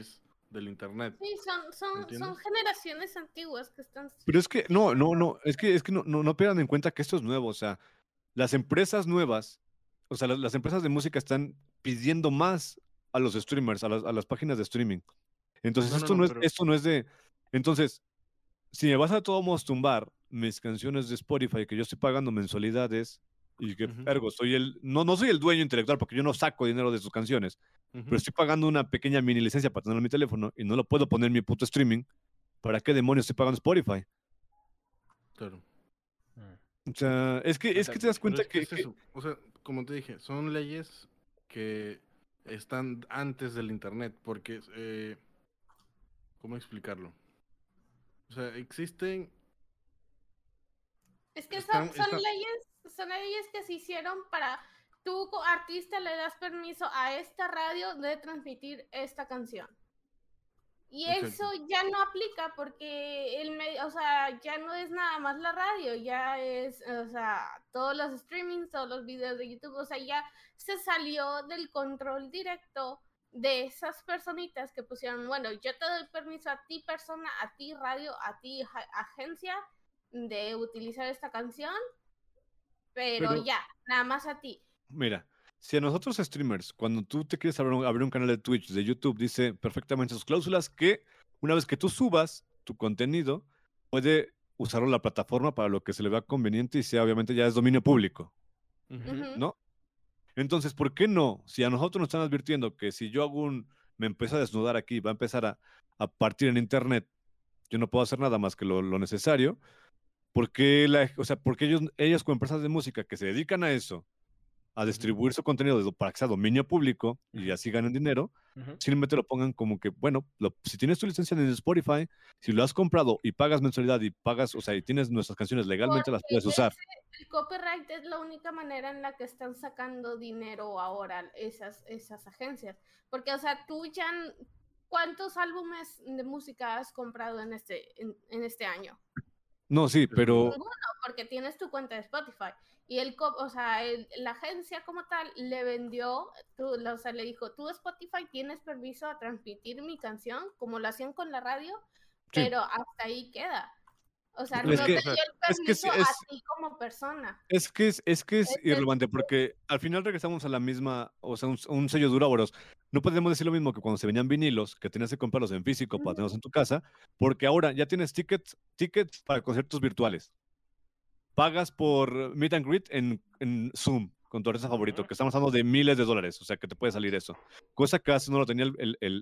del internet. Sí, son ¿Entiendes? generaciones antiguas que están... Pero es que, no, es que no pierdan en cuenta que esto es nuevo, o sea, las empresas nuevas, o sea, las empresas de música están pidiendo más a los streamers, a las páginas de streaming. Entonces, No, pero esto no es de, entonces, si me vas a todos modos tumbar mis canciones de Spotify, que yo estoy pagando mensualidades, y que, Ujú. ergo, no soy el dueño intelectual, porque yo no saco dinero de sus canciones, pero estoy pagando una pequeña mini licencia para tenerlo en mi teléfono, y no lo puedo poner en mi puto streaming, ¿para qué demonios estoy pagando Spotify? claro. O sea, es que te das Pero cuenta es que que, es eso. O sea, como te dije, son leyes que están antes del internet, porque, ¿cómo explicarlo? O sea, existen, Es que están, están, son leyes que se hicieron para tú, artista, le das permiso a esta radio de transmitir esta canción. Y eso exacto. ya no aplica porque o sea, ya no es nada más la radio, ya es, o sea, todos los streamings, todos los videos de YouTube, o sea, ya se salió del control directo de esas personitas que pusieron, bueno, yo te doy permiso a ti persona, a ti radio, a ti agencia de utilizar esta canción, pero ya, nada más a ti. mira, si a nosotros streamers, cuando tú te quieres abrir un canal de Twitch, de YouTube, dice perfectamente sus cláusulas que una vez que tú subas tu contenido, puede usarlo la plataforma para lo que se le vea conveniente y sea obviamente ya es dominio público, ¿no? Entonces, ¿por qué no? Si a nosotros nos están advirtiendo que si yo me empiezo a desnudar aquí, va a empezar a partir en internet, yo no puedo hacer nada más que lo necesario, porque porque ellos como empresas de música que se dedican a eso, a distribuir su contenido para que sea dominio público y así ganen dinero, simplemente lo pongan como que, bueno, si tienes tu licencia en Spotify, si lo has comprado y pagas mensualidad y pagas, o sea, y tienes nuestras canciones legalmente, las puedes usar. El copyright es la única manera en la que están sacando dinero ahora esas agencias. Porque, o sea, tú ya, ¿cuántos álbumes de música has comprado en este año? No, sí, pero... Ninguno, porque tienes tu cuenta de Spotify. Y o sea, la agencia como tal le vendió, o sea, le dijo, tú Spotify tienes permiso a transmitir mi canción, como lo hacían con la radio, Sí. pero hasta ahí queda. O sea, Es no que- te dio el permiso a ti como persona. Es que es irrelevante porque al final regresamos a la misma, o sea, un sello Duroboros. No podemos decir lo mismo que cuando se venían vinilos, que tenías que comprarlos en físico para tenerlos en tu casa, porque ahora ya tienes tickets para conciertos virtuales. Pagas por meet and greet en Zoom con tu artista favorito, que estamos hablando de miles de dólares, o sea, que te puede salir eso. Cosa que hace no lo tenía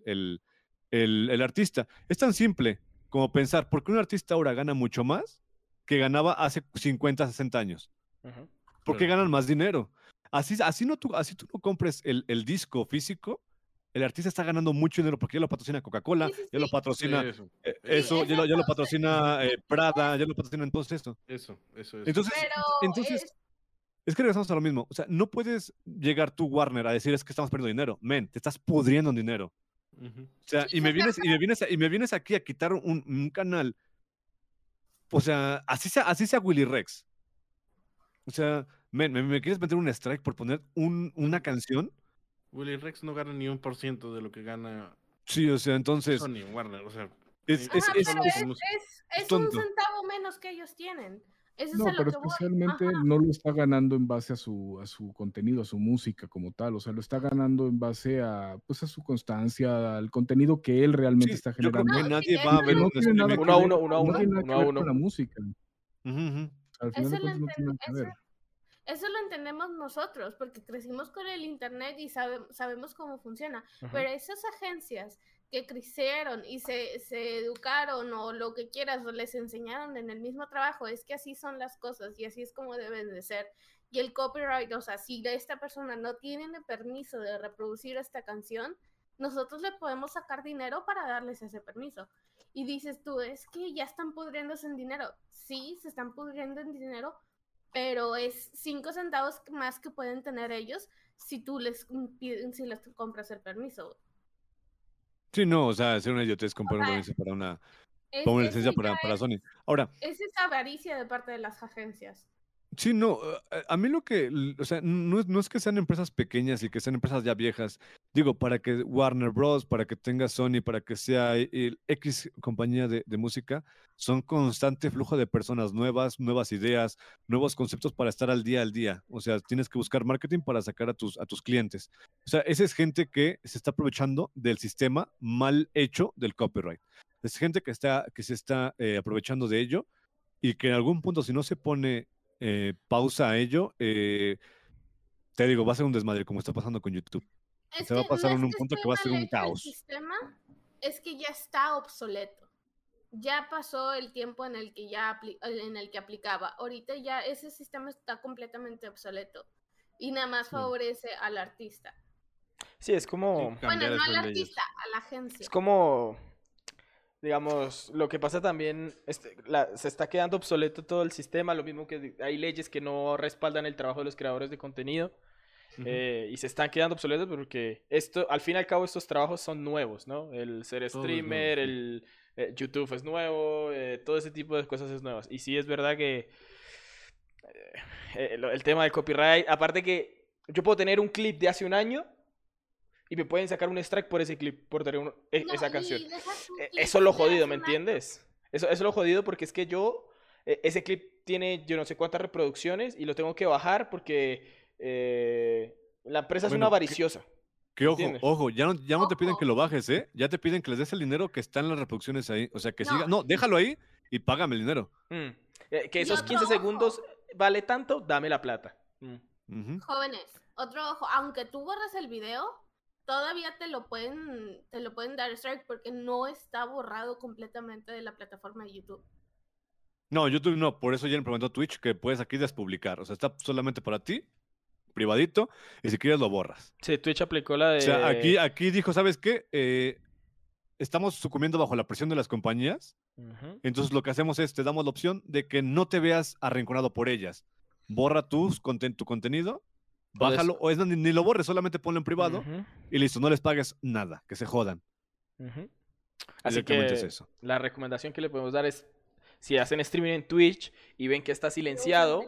el artista. Es tan simple como pensar, ¿por qué un artista ahora gana mucho más que ganaba hace 50, 60 años? ¿Por qué ganan más dinero? Así tú no compres el disco físico, el artista está ganando mucho dinero porque ya lo patrocina Coca-Cola, ya lo patrocina ya lo patrocina Prada, ya lo patrocina entonces esto. Eso. Entonces, es que regresamos a lo mismo. O sea, no puedes llegar tú, Warner, a decir es que estamos perdiendo dinero. Men, te estás pudriendo en dinero. O sea, y me vienes aquí a quitar un canal. O sea, así sea Willy Rex. O sea, ¿me quieres meter un strike por poner una canción? Willy Rex no gana ni 1% de lo que gana Sí, o sea, entonces... Sony, Warner, o sea... Es un tonto. centavo menos que ellos tienen. Eso No, es a pero lo que voy. especialmente no lo está ganando en base a su contenido, a su música como tal. O sea, lo está ganando en base a, pues, a su constancia, al contenido que él realmente está Yo creo generando. que nadie va a ver no un tiene nada streaming. que ver, Uno a no tiene nada uno que a ver con uno. la música. Al final Eso de cuentas no tiene nada que ver. Eso lo entendemos nosotros, porque crecimos con el internet y sabemos cómo funciona. Pero esas agencias que crecieron y se educaron o lo que quieras, o les enseñaron en el mismo trabajo, es que así son las cosas y así es como deben de ser. Y el copyright, o sea, si esta persona no tiene el permiso de reproducir esta canción, nosotros le podemos sacar dinero para darles ese permiso. Y dices tú, es que ya están pudriéndose en dinero. Sí, se están pudriendo en dinero, pero es 5 centavos más que pueden tener ellos si tú les compras el permiso. Sí, no, o sea, ser una idiotez comprar un permiso para una licencia para Sony. Ahora, es esa avaricia de parte de las agencias. sí, no, a mí o sea, no es que sean empresas pequeñas y que sean empresas ya viejas Digo, para que Warner Bros., para que tenga Sony, para que sea el X compañía de música, son constante flujo de personas nuevas, nuevas ideas, nuevos conceptos para estar al día. O sea, tienes que buscar marketing para sacar a tus clientes. O sea, esa es gente que se está aprovechando del sistema mal hecho del copyright. Es gente que se está aprovechando de ello y que en algún punto, si no se pone pausa a ello, te digo, va a ser un desmadre, como está pasando con YouTube. Es Se va a que pasar no es en un que punto esté que va a ser mal un hecho el caos. sistema, es que ya está obsoleto. Ya pasó el tiempo en el que en el que aplicaba. Ahorita ya ese sistema está completamente obsoleto y nada más favorece al artista. Sí, es como... Bueno, Cambiar no esas al leyes. artista, a la agencia. Es como, digamos, lo que pasa también, se está quedando obsoleto todo el sistema, lo mismo que hay leyes que no respaldan el trabajo de los creadores de contenido. Ujú. Y se están quedando obsoletos porque esto, al fin y al cabo, estos trabajos son nuevos, ¿no? El ser Todo es nuevo, streamer, sí. el YouTube es nuevo, todo ese tipo de cosas es nuevas. Y sí es verdad que el tema del copyright, aparte que yo puedo tener un clip de hace un año y me pueden sacar un strike por ese clip, por tener No, esa y canción. deja tu clip Eso es lo de jodido, hace ¿me un año. entiendes? Eso es lo jodido porque es que ese clip tiene yo no sé cuántas reproducciones y lo tengo que bajar porque la empresa es una Bueno, avariciosa. que ojo, ¿Entiendes? ojo, ya no te piden Ojo. que lo bajes, ¿eh? Ya te piden que les des el dinero que está en las reproducciones ahí. O sea, que No. siga. No, déjalo ahí y págame el dinero. Que Y esos otro 15 ojo. segundos vale tanto, dame la plata. Ujú. Jóvenes, otro ojo, aunque tú borras el video, todavía te lo pueden dar strike porque no está borrado completamente de la plataforma de YouTube. No, YouTube no, por eso ya implementó Twitch que puedes aquí despublicar. O sea, está solamente para ti, privadito, y si quieres lo borras. Sí, Twitch aplicó la O sea, de... aquí dijo, ¿sabes qué? Estamos sucumbiendo bajo la presión de las compañías. Ujú. Entonces lo que hacemos es, te damos la opción de que no te veas arrinconado por ellas. Borra tu contenido, O des- bájalo, o es ni lo borres, solamente ponlo en privado Ujú, y listo, no les pagues nada, que se jodan. ujú. Así Directamente es que eso. la recomendación que le podemos dar es, si hacen streaming en Twitch y ven que está silenciado,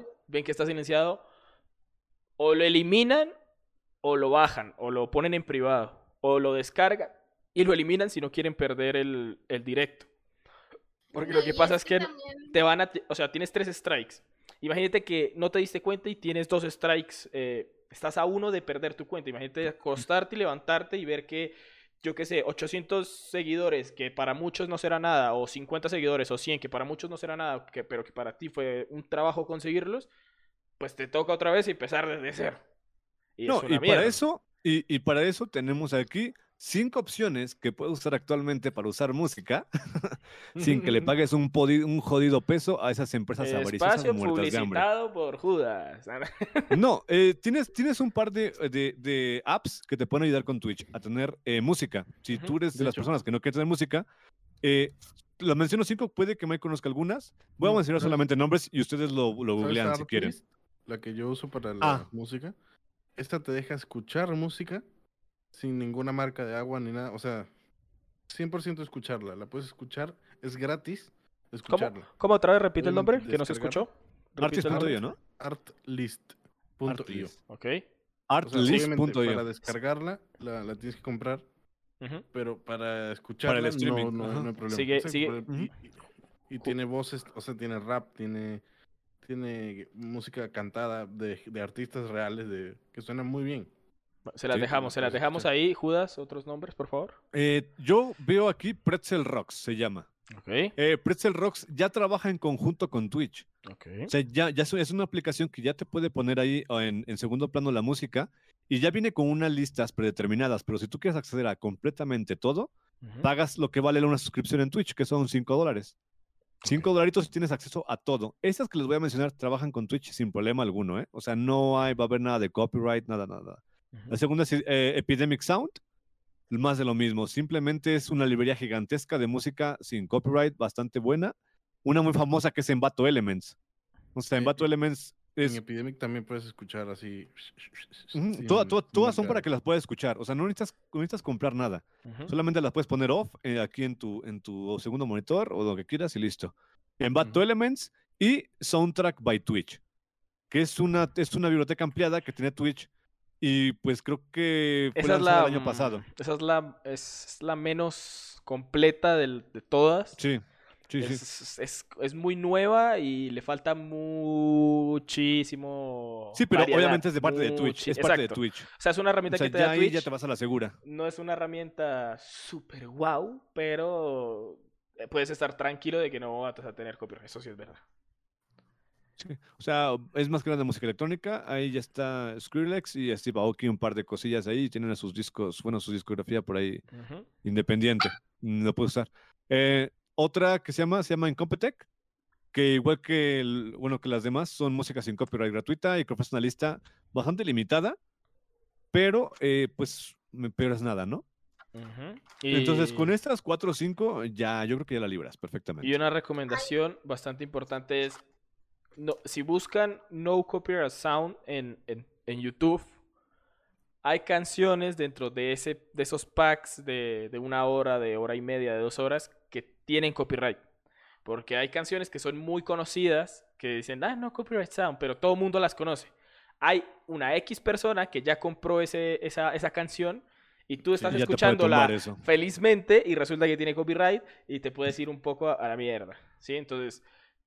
o lo eliminan o lo bajan, o lo ponen en privado, o lo descargan y lo eliminan si no quieren perder el directo. Porque No, lo que y pasa es que también o sea, tienes 3 strikes. Imagínate que no te diste cuenta y tienes 2 strikes. Estás a uno de perder tu cuenta. Imagínate acostarte y levantarte y ver que, yo qué sé, 800 seguidores, que para muchos no será nada, o 50 seguidores, o 100, que para muchos no será nada, pero que para ti fue un trabajo conseguirlos, pues te toca otra vez empezar desde cero. Y es No, una mierda. y para eso tenemos aquí 5 opciones que puedes usar actualmente para usar música sin que le pagues un jodido peso a esas empresas avariciosas Espacio muertas de hambre. publicitado por Judas. No, tienes un par de apps que te pueden ayudar con Twitch a tener música. Si Ujú. tú eres de De las hecho. personas que no quieren tener música, las menciono 5, puede que Mike conozca algunas. Voy a No, mencionar ¿sabes? solamente nombres y ustedes lo ¿Sabes googlean si quieren. Artlist? La que yo uso para la Ah. música. Esta te deja escuchar música sin ninguna marca de agua ni nada. O sea, 100% escucharla. La puedes escuchar. Es gratis escucharla. ¿Cómo otra vez repite el Obviamente, nombre? Que no se escuchó. Repite el Artist.io, nombre. ¿no? Artlist.io. Artlist. Ok. O sea, obviamente, Artlist.io. para descargarla, la tienes que comprar. Ujú. Pero para escucharla streaming, no ajá. hay problema. Sigue- Exacto, sigue- y tiene voces, o sea, tiene rap, tiene música cantada de artistas reales que suenan muy bien. Se las Sí, dejamos, se las puedes dejamos escuchar. ahí. Judas, otros nombres, por favor. Yo veo aquí Pretzel Rocks, se llama. Ok. Pretzel Rocks ya trabaja en conjunto con Twitch. Ok. O sea, ya es una aplicación que ya te puede poner ahí en segundo plano la música y ya viene con unas listas predeterminadas, pero si tú quieres acceder a completamente todo, Ujú. pagas lo que vale una suscripción en Twitch, que son $5. $5 y tienes acceso a todo. Estas que les voy a mencionar trabajan con Twitch sin problema alguno, ¿eh? O sea, va a haber nada de copyright, nada. Ujú. La segunda es Epidemic Sound, más de lo mismo. Simplemente es una librería gigantesca de música sin copyright, bastante buena. Una muy famosa que es Envato Elements. O sea, Envato Elements En es... Epidemic también puedes escuchar así. Ujú, sin todas son marca. para que las puedas escuchar. O sea, no necesitas comprar nada. Ujú. Solamente las puedes poner off aquí en tu segundo monitor o lo que quieras y listo. Envato Ujú. Elements y Soundtrack by Twitch, que es una biblioteca ampliada que tiene Twitch Y pues creo que fue Esa es lanzada la, el año pasado. esa es la menos completa de todas. Sí, sí, sí. Es muy nueva y le falta muchísimo Sí, pero variedad. obviamente es de parte de Twitch. Es parte de Exacto. Twitch. O sea, es una O herramienta sea, que te ya da ahí ya Twitch. te vas a la segura. No es una herramienta súper wow, pero puedes estar tranquilo de que no vas a tener copyright. Eso sí es verdad. Sí. O sea, es más que nada música electrónica. Ahí ya está Skrillex y Steve Aoki, un par de cosillas ahí. Tienen a sus discos, bueno, su discografía por ahí Ujú. independiente. Lo puedo usar. Otra que se llama Incompetech, que igual que, bueno, que las demás, son música sin copyright gratuita y que ofrece una lista bastante limitada, pero pues me peor es nada, ¿no? Ujú. Entonces, con Y, estas 4 o 5, ya, yo creo que ya la libras y perfectamente. una recomendación bastante importante es, no, si buscan No Copyright Sound en YouTube, hay canciones dentro de esos packs de 1 hora, de hora y media, de 2 horas, que tienen copyright. Porque hay canciones que son muy conocidas, que dicen, no copyright sound, pero todo el mundo las conoce. Hay una X persona que ya compró esa canción y tú estás Sí, ya te puede tumbar escuchándola eso. felizmente y resulta que tiene copyright y te puedes ir un poco a la mierda. ¿Sí? Entonces,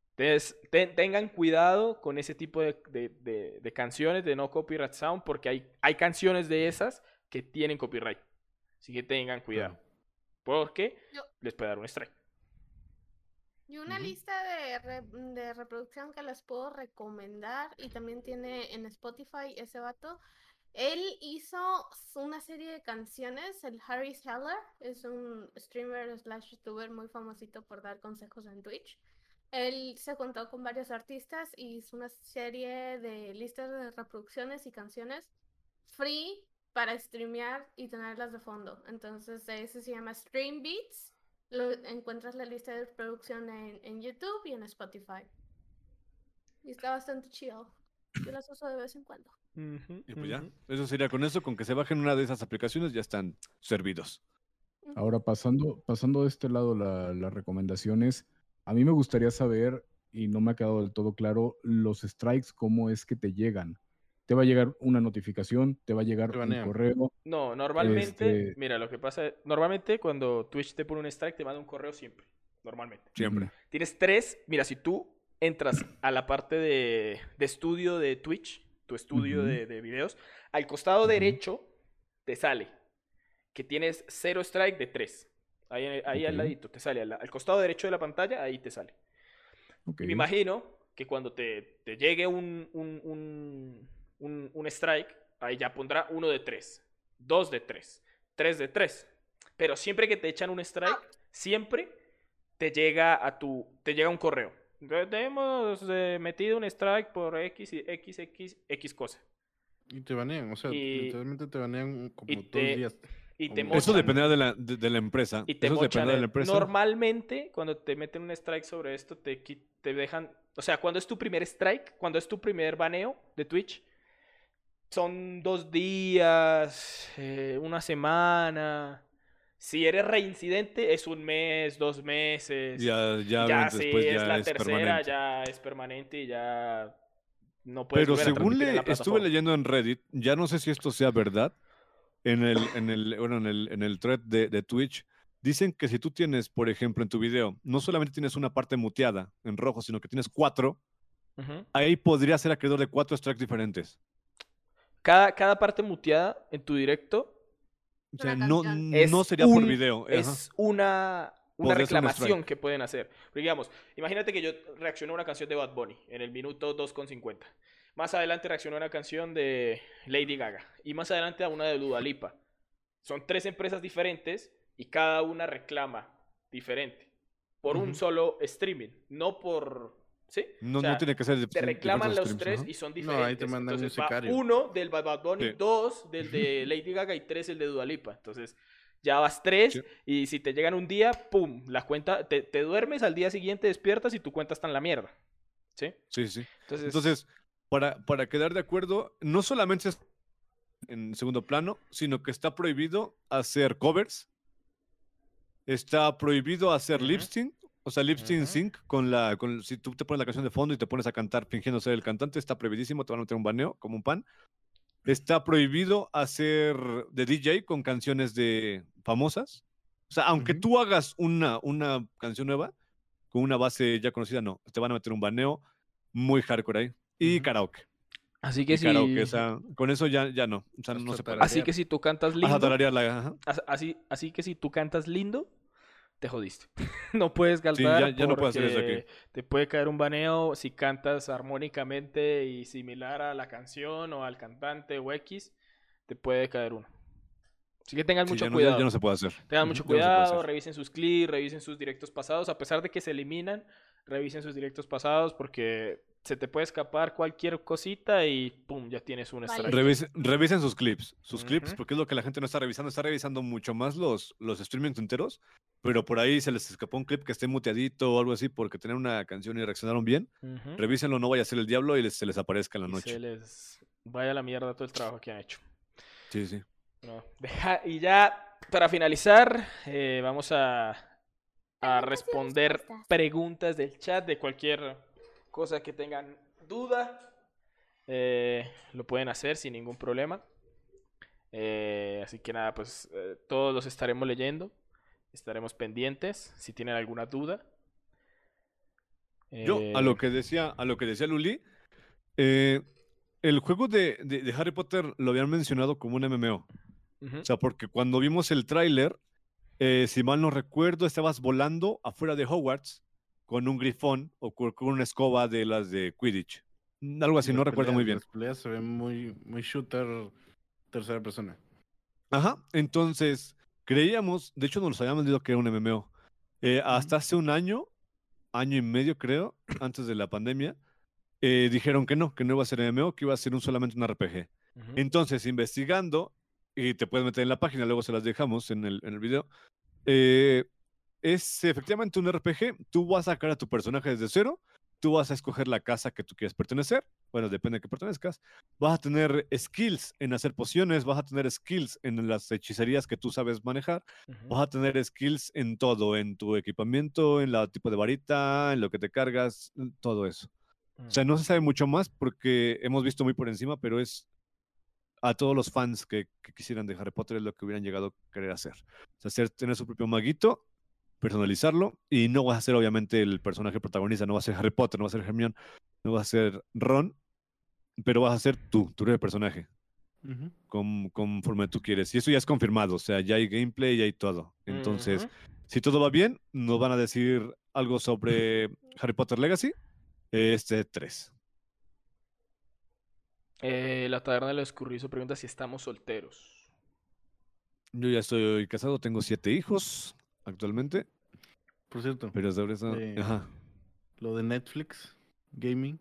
tengan cuidado con ese tipo de canciones de no copyright sound porque hay canciones de esas que tienen copyright. Así que tengan cuidado. Claro. Porque Yo, les puede dar un strike. y una Ujú. lista de reproducción que les puedo recomendar y también tiene en Spotify ese vato. Él hizo una serie de canciones, el Harry Seller, es un streamer slash youtuber muy famosito por dar consejos en Twitch. Él se juntó con varios artistas y hizo una serie de listas de reproducciones y canciones free para streamear y tenerlas de fondo. Entonces, ese se llama Stream Beats. Encuentras la lista de reproducción en YouTube y en Spotify. Y está bastante chido. Yo las uso de vez en cuando. Ujú, Y pues ya, ujú. eso sería con eso, con que se bajen una de esas aplicaciones, ya están servidos. Ahora, pasando de este lado las recomendaciones, a mí me gustaría saber, y no me ha quedado del todo claro, los strikes, cómo es que te llegan. Te va a llegar una notificación, te va a llegar Te un banean. correo. No, normalmente, mira, lo que pasa, normalmente cuando Twitch te pone un strike te manda un correo siempre, normalmente. Siempre. Tienes 3, mira, si tú entras a la parte de estudio de Twitch, tu estudio Ujú. de videos, al costado Ujú. derecho te sale que tienes 0 strike de 3. Ahí al Ok, ladito te sale, al costado derecho de la pantalla, ahí te sale. ok, Y me imagino que cuando te llegue un strike, ahí ya pondrá 1 de 3, 2 de 3, 3 de 3. Pero siempre que te echan un strike, siempre te llega un correo. Te hemos metido un strike por X cosa. Y te banean, o sea, Y, literalmente te banean y como 2 días. te, y o te menos. Eso mochan. dependerá de la empresa. Y te Eso mochan. dependerá de la empresa. Normalmente, cuando te meten un strike sobre esto, te dejan. O sea, cuando es tu primer strike, cuando es tu primer baneo de Twitch, son 2 días, 1 semana. Si eres reincidente, es 1 mes, 2 meses. Ya Y ya obviamente si después es ya la es tercera, permanente. ya es permanente y ya no puedes Pero volver a según transmitir en la estuve plataforma. leyendo en Reddit, ya no sé si esto sea verdad, en el thread de Twitch, dicen que si tú tienes, por ejemplo, en tu video, no solamente tienes una parte muteada en rojo, sino que tienes 4, Ujú. ahí podría ser acreedor de 4 strikes diferentes. Cada parte muteada en tu directo O sea, Una no, canción. no sería por video. Ajá. es una Podría ser un reclamación strike. que pueden hacer. Porque, digamos, imagínate que yo reaccioné a una canción de Bad Bunny en el minuto 2:50. Más adelante reaccioné a una canción de Lady Gaga. Y más adelante a una de Dua Lipa. Son 3 empresas diferentes y cada una reclama diferente. Por un Ujú. solo streaming. No por... ¿Sí? O No sea, tiene que ser te reclaman diversos los streams. 3 Ajá. y son No, ahí te diferentes. mandan un Entonces va sicario. 1 del Bad Bunny, Sí. 2 del de Lady Gaga y 3 el de Dua Lipa. Entonces ya vas 3 Sí. y si te llegan un día, ¡pum! La cuenta, te duermes, al día siguiente despiertas y tu cuenta está en la mierda. ¿Sí? Sí. Entonces, Entonces, para quedar de acuerdo, no solamente es en segundo plano, sino que está prohibido hacer covers, está prohibido hacer lip ujú, sync, o sea, lip sync ujú. sync si tú te pones la canción de fondo y te pones a cantar fingiendo ser el cantante, está prohibidísimo, te van a meter un baneo como un pan. está prohibido hacer de DJ con canciones famosas. O sea, aunque tú hagas una canción nueva con una base ya conocida, no. Te van a meter un baneo muy hardcore ahí. Y karaoke. Así que Y karaoke, o si, sea, con eso ya no. O sea, no Hasta se puede. así que si tú cantas Hasta lindo, tararearla, ajá. así que si tú cantas lindo, te jodiste. No puedes Sí, cantar ya no puedes hacer eso aquí. porque te puede caer un baneo si cantas armónicamente y similar a la canción o al cantante o X, te puede caer uno. Así que tengan Sí, mucho ya cuidado. no se puede hacer. Tengan mucho Ya no se puede cuidado, hacer. revisen sus clips, revisen sus directos pasados. A pesar de que se eliminan, revisen sus directos pasados porque se te puede escapar cualquier cosita y pum, ya tienes un Vale. strike. Revisen sus clips, Ujú. porque es lo que la gente no está revisando. Está revisando mucho más los streamings enteros, pero por ahí se les escapó un clip que esté muteadito o algo así porque tenían una canción y reaccionaron bien. Ujú. Revísenlo, no vaya a ser el diablo y se les aparezca en la Y noche. se les vaya a la mierda todo el trabajo que han hecho. Sí, sí. No, y ya para finalizar, vamos a Preguntas y responder respuestas. preguntas del chat de cualquier cosa que tengan duda. Lo pueden hacer sin ningún problema. Así que nada, pues todos los estaremos leyendo. Estaremos pendientes si tienen alguna duda. Yo, a lo que decía Luli, el juego de Harry Potter lo habían mencionado como un MMO. Ujú. O sea, porque cuando vimos el tráiler, si mal no recuerdo, estabas volando afuera de Hogwarts con un grifón o con una escoba de las de Quidditch. Algo así, no recuerdo muy bien. Las peleas se ven muy shooter tercera persona. Ajá, entonces creíamos, de hecho nos habíamos dicho que era un MMO. Hasta hace un año y medio creo, antes de la pandemia, dijeron que no iba a ser MMO, que iba a ser solamente un RPG. Ujú. Entonces, investigando, y te puedes meter en la página, luego se las dejamos en el video, es efectivamente un RPG. Tú vas a sacar a tu personaje desde cero, tú vas a escoger la casa que tú quieres pertenecer, bueno, depende de que pertenezcas, vas a tener skills en hacer pociones, vas a tener skills en las hechicerías que tú sabes manejar, Ujú. vas a tener skills en todo, en tu equipamiento, en la tipo de varita, en lo que te cargas, todo eso. O sea, no se sabe mucho más porque hemos visto muy por encima, pero es a todos los fans que quisieran de Harry Potter es lo que hubieran llegado a querer hacer. O sea, tener su propio maguito, personalizarlo, y no vas a ser obviamente el personaje protagonista, no va a ser Harry Potter, no va a ser Hermione, no va a ser Ron, pero vas a ser tu propio personaje, conforme tú quieres. Y eso ya es confirmado, o sea, ya hay gameplay, ya hay todo. Entonces, Ujú. si todo va bien, nos van a decir algo sobre Harry Potter Legacy, 3. La taberna de los escurridizo pregunta si estamos solteros. Yo ya estoy casado, tengo 7 hijos actualmente, Por cierto, pero sobre eso... Ajá. lo de Netflix Gaming.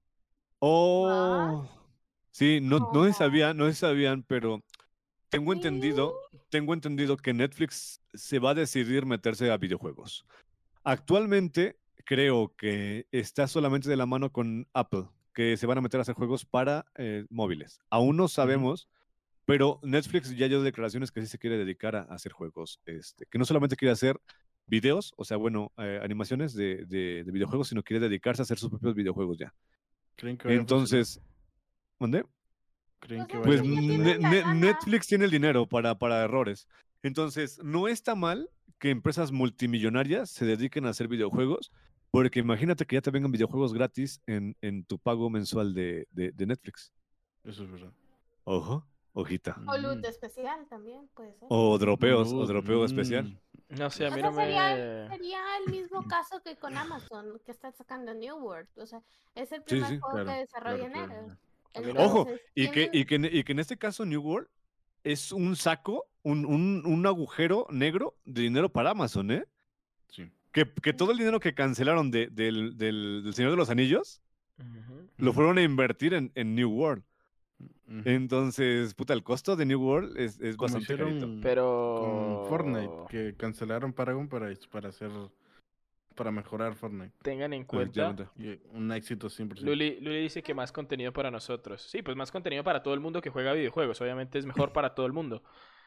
Oh, sí, no ¿Cómo? se sabían, pero tengo Sí. entendido que Netflix se va a decidir meterse a videojuegos. Actualmente creo que está solamente de la mano con Apple, que se van a meter a hacer juegos para móviles. Aún no sabemos, pero Netflix ya dio declaraciones que sí se quiere dedicar a hacer juegos, que no solamente quiere hacer videos, o sea, bueno, animaciones de videojuegos, sino quiere dedicarse a hacer sus propios videojuegos ya. ¿Creen que vaya a funcionar? Entonces, ¿dónde? ¿Creen que Pues vaya es a que ya funcionar? tienen la lana. Netflix tiene el dinero para errores. Entonces, no está mal que empresas multimillonarias se dediquen a hacer videojuegos, porque imagínate que ya te vengan videojuegos gratis en tu pago mensual de Netflix. Eso es verdad. Ojo, hojita. O loot especial también, puede ser. O dropeos, o Loot, dropeo especial. No sé, a O mí sea, no sería me... el mismo caso que con Amazon, que está sacando New World. O sea, es el Sí, primer sí, juego claro, que desarrollan claro, ellos. claro. A mí no- Ojo, Entonces, y que tienen... en este caso New World es un saco, un agujero negro de dinero para Amazon, ¿eh? Sí. Que todo el dinero que cancelaron del Señor de los Anillos Ujú. lo fueron a invertir en New World. Ujú. Entonces, puta, el costo de New World es Como bastante carito. hicieron Pero... con Fortnite, que cancelaron Paragon para mejorar Fortnite. Tengan en cuenta... Efectivamente. Y un éxito 100%. Luli dice que más contenido para nosotros. Sí, pues más contenido para todo el mundo que juega videojuegos. Obviamente es mejor para todo el mundo.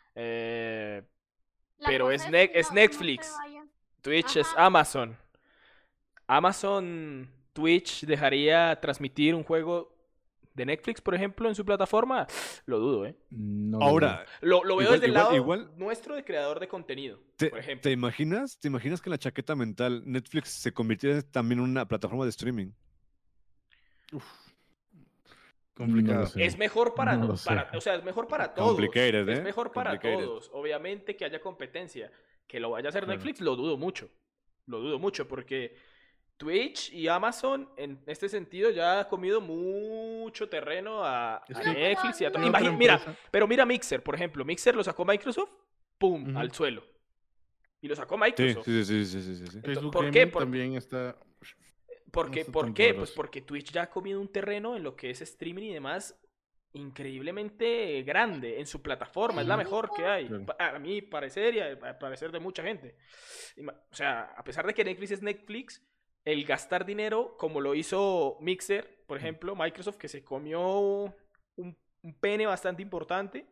La Pero cosa es, que es no Netflix. se vayan. Twitch es Ajá. Amazon. Amazon, Twitch dejaría transmitir un juego de Netflix, por ejemplo, en su plataforma, lo dudo, ¿eh? No lo Ahora, Lo veo igual, desde el igual, lado igual, nuestro de creador de contenido, ¿te, por ejemplo. te imaginas? ¿Te imaginas que en la chaqueta mental Netflix se convirtiera también en una plataforma de streaming? Uf, veo. No complicado. lo sé. Es mejor No lo sé. o sea, es mejor para todos. Complicated, Es ¿eh? mejor para Complicated. todos. Obviamente que haya competencia. Que lo vaya a hacer Claro. Netflix, lo dudo mucho. Lo dudo mucho porque Twitch y Amazon en este sentido ya ha comido mucho terreno a Es a que- Netflix y a todo. ¿Qué otra Mira, empresa? pero mira Mixer, por ejemplo. Mixer lo sacó Microsoft, ¡pum! Ujú. Al suelo. Y lo sacó Sí, Microsoft. sí, sí, sí, sí, sí, sí. Facebook ¿Por qué? Gaming también está. ¿Por No qué? está ¿Por tan qué? Pues poderoso. porque Twitch ya ha comido un terreno en lo que es streaming y demás increíblemente grande en su plataforma. Es la mejor que hay. Claro. A mi parecer y al parecer de mucha gente. O sea, a pesar de que Netflix es Netflix, el gastar dinero, como lo hizo Mixer, por ejemplo, Microsoft, que se comió un pene bastante importante.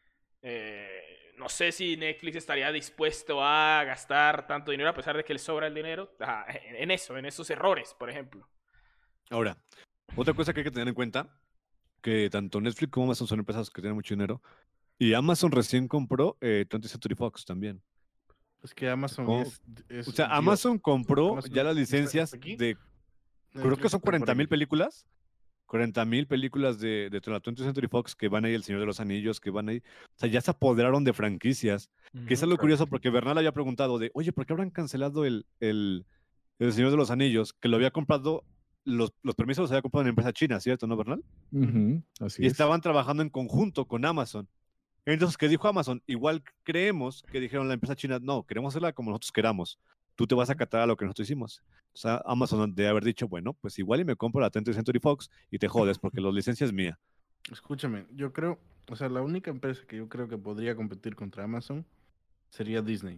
No sé si Netflix estaría dispuesto a gastar tanto dinero a pesar de que le sobra el dinero en eso, en esos errores, por ejemplo. Ahora, otra cosa que hay que tener en cuenta, que tanto Netflix como Amazon son empresas que tienen mucho dinero, y Amazon recién compró 20th Century Fox también. Es que Amazon ¿Cómo? es O sea, Dios. Amazon compró Amazon ya las está licencias aquí, de, creo que Netflix son está por 40,000 ahí. películas. 40,000 películas de la 20th Century Fox que van ahí, El Señor de los Anillos, que van ahí. O sea, ya se apoderaron de franquicias. Que es algo Claro. curioso porque Bernal había preguntado de, oye, ¿por qué habrán cancelado el Señor de los Anillos? Que lo había comprado, los permisos los había comprado en una empresa china, ¿cierto, no, Bernal? Ujú, así Y es. estaban trabajando en conjunto con Amazon. Entonces, ¿qué dijo Amazon? Igual creemos que dijeron la empresa china, no, queremos hacerla como nosotros queramos. Tú te vas a acatar a lo que nosotros hicimos. O sea, Amazon debe haber dicho, bueno, pues igual y me compro la 20th Century Fox y te jodes porque la licencia es mía. Escúchame, yo creo, o sea, la única empresa que yo creo que podría competir contra Amazon sería Disney.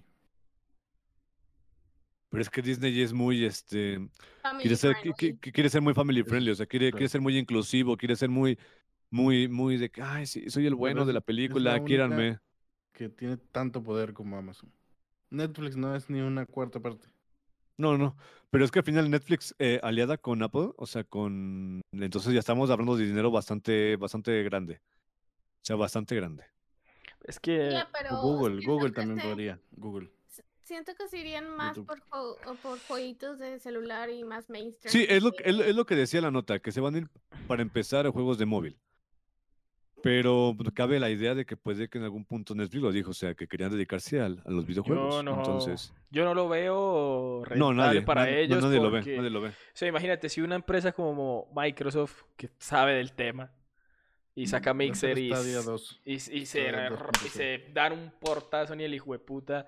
Pero es que Disney es muy, quiere Family ser, friendly. quiere ser muy family Es- friendly, o sea, quiere claro. ser muy inclusivo, quiere ser muy de que, ay, sí, soy el Pero bueno de la es la película, única quiéranme. que tiene tanto poder como Amazon. Netflix no es ni una cuarta parte. No, no, pero es que al final Netflix aliada con Apple, o sea, entonces ya estamos hablando de dinero bastante grande, o sea, bastante grande. Es que Ya, pero Google siento que también podría. Google. siento que se irían más YouTube. por jueguitos de celular y más mainstream. Sí, es lo que decía la nota, que se van a ir para empezar a juegos de móvil. Pero pues, cabe la idea de que puede que en algún punto Netflix lo dijo, o sea, que querían dedicarse a los videojuegos. Entonces, yo no lo veo no, rentable para ellos nadie lo ve, porque, nadie lo ve. o sea, imagínate, si una empresa como Microsoft, que sabe del tema, y saca Va a ser Mixer Stadia 2. y Stadia 2.0. se dan un portazo ni el hijo de puta,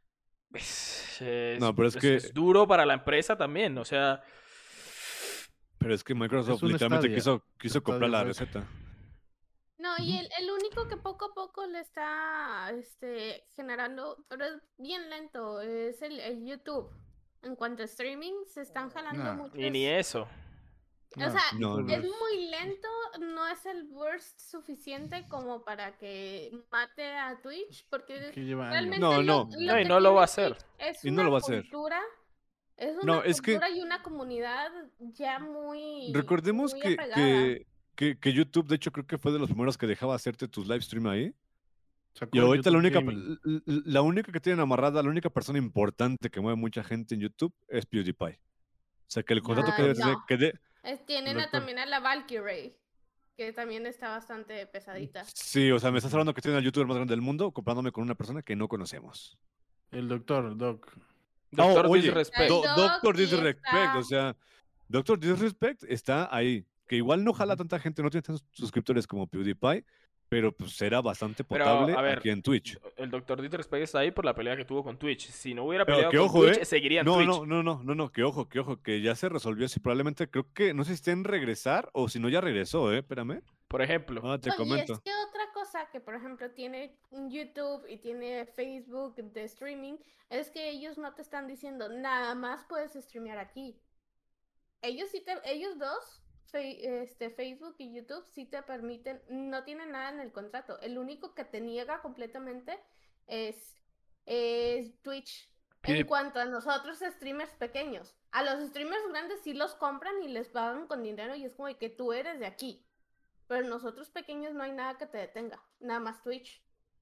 No, pero es que, es duro para la empresa también, o sea, pero es que Microsoft un literalmente Stadia. quiso comprar la Stadia receta. No, y el único que poco a poco le está generando, pero es bien lento, es el YouTube. En cuanto a streaming, se están jalando Nah. muchos. y ni eso. O sea, No, YouTube no. es muy lento, no es el burst suficiente como para que mate a Twitch, porque que lleva años. realmente No, lo no. No, y que no lo tiene va a hacer. Twitch es Y no una lo va a hacer. cultura, es No, una es que cultura y una comunidad ya muy, recordemos muy que, apegada. que YouTube, de hecho, creo que fue de los primeros que dejaba hacerte tus live stream ahí. Sacó Y el ahorita YouTube Gaming. la única que tienen amarrada, la única persona importante que mueve mucha gente en YouTube es PewDiePie. O sea, que el contrato que debe tener, No. Tienen El doctor. también a la Valkyrie, que también está bastante pesadita. sí, o sea, me estás hablando que tiene el youtuber más grande del mundo, comprándome con una persona que no conocemos. El doctor, Doc. Doctor oye, Ay, Disrespect. Doc, Doctor y Disrespect, está- o sea, Doctor Disrespect está ahí. Que igual no jala tanta gente, no tiene tantos suscriptores como PewDiePie, pero pues era bastante Pero, potable a ver, aquí en Twitch. el Doctor Disrespect está ahí por la pelea que tuvo con Twitch. Si no hubiera Pero peleado que con ojo, Twitch, seguiría en No, Twitch. no, que ojo, que ya se resolvió así. Probablemente creo que, no sé si está en regresar o si no ya regresó, espérame. Por ejemplo. Ah, te No, y es comento. que otra cosa que, por ejemplo, tiene YouTube y tiene Facebook de streaming, es que ellos no te están diciendo nada más puedes streamear aquí. Ellos ellos dos, Facebook y YouTube, sí te permiten, no tienen nada en el contrato. El único que te niega completamente es Twitch. En PewDiePie- cuanto a nosotros, streamers pequeños. A los streamers grandes sí los compran y les pagan con dinero y es como de que tú eres de aquí. Pero en nosotros pequeños no hay nada que te detenga, nada más Twitch.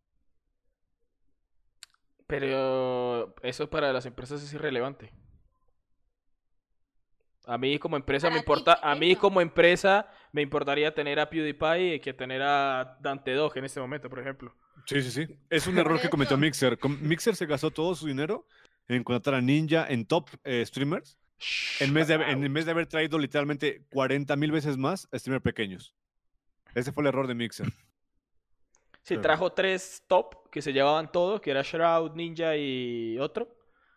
Pero eso para las empresas es irrelevante. A mí como empresa me Para ti importa, a mí pequeño. como empresa me importaría tener a PewDiePie que tener a Dante Dog en este momento, por ejemplo. Sí, sí, sí. Es un Por error que cometió eso. Mixer. Mixer se gastó todo su dinero en contratar a Ninja en top streamers en vez de haber traído literalmente 40,000 veces más a streamers pequeños. Ese fue el error de Mixer. Sí, Claro. trajo 3 top que se llevaban todo, que era Shroud, Ninja y otro.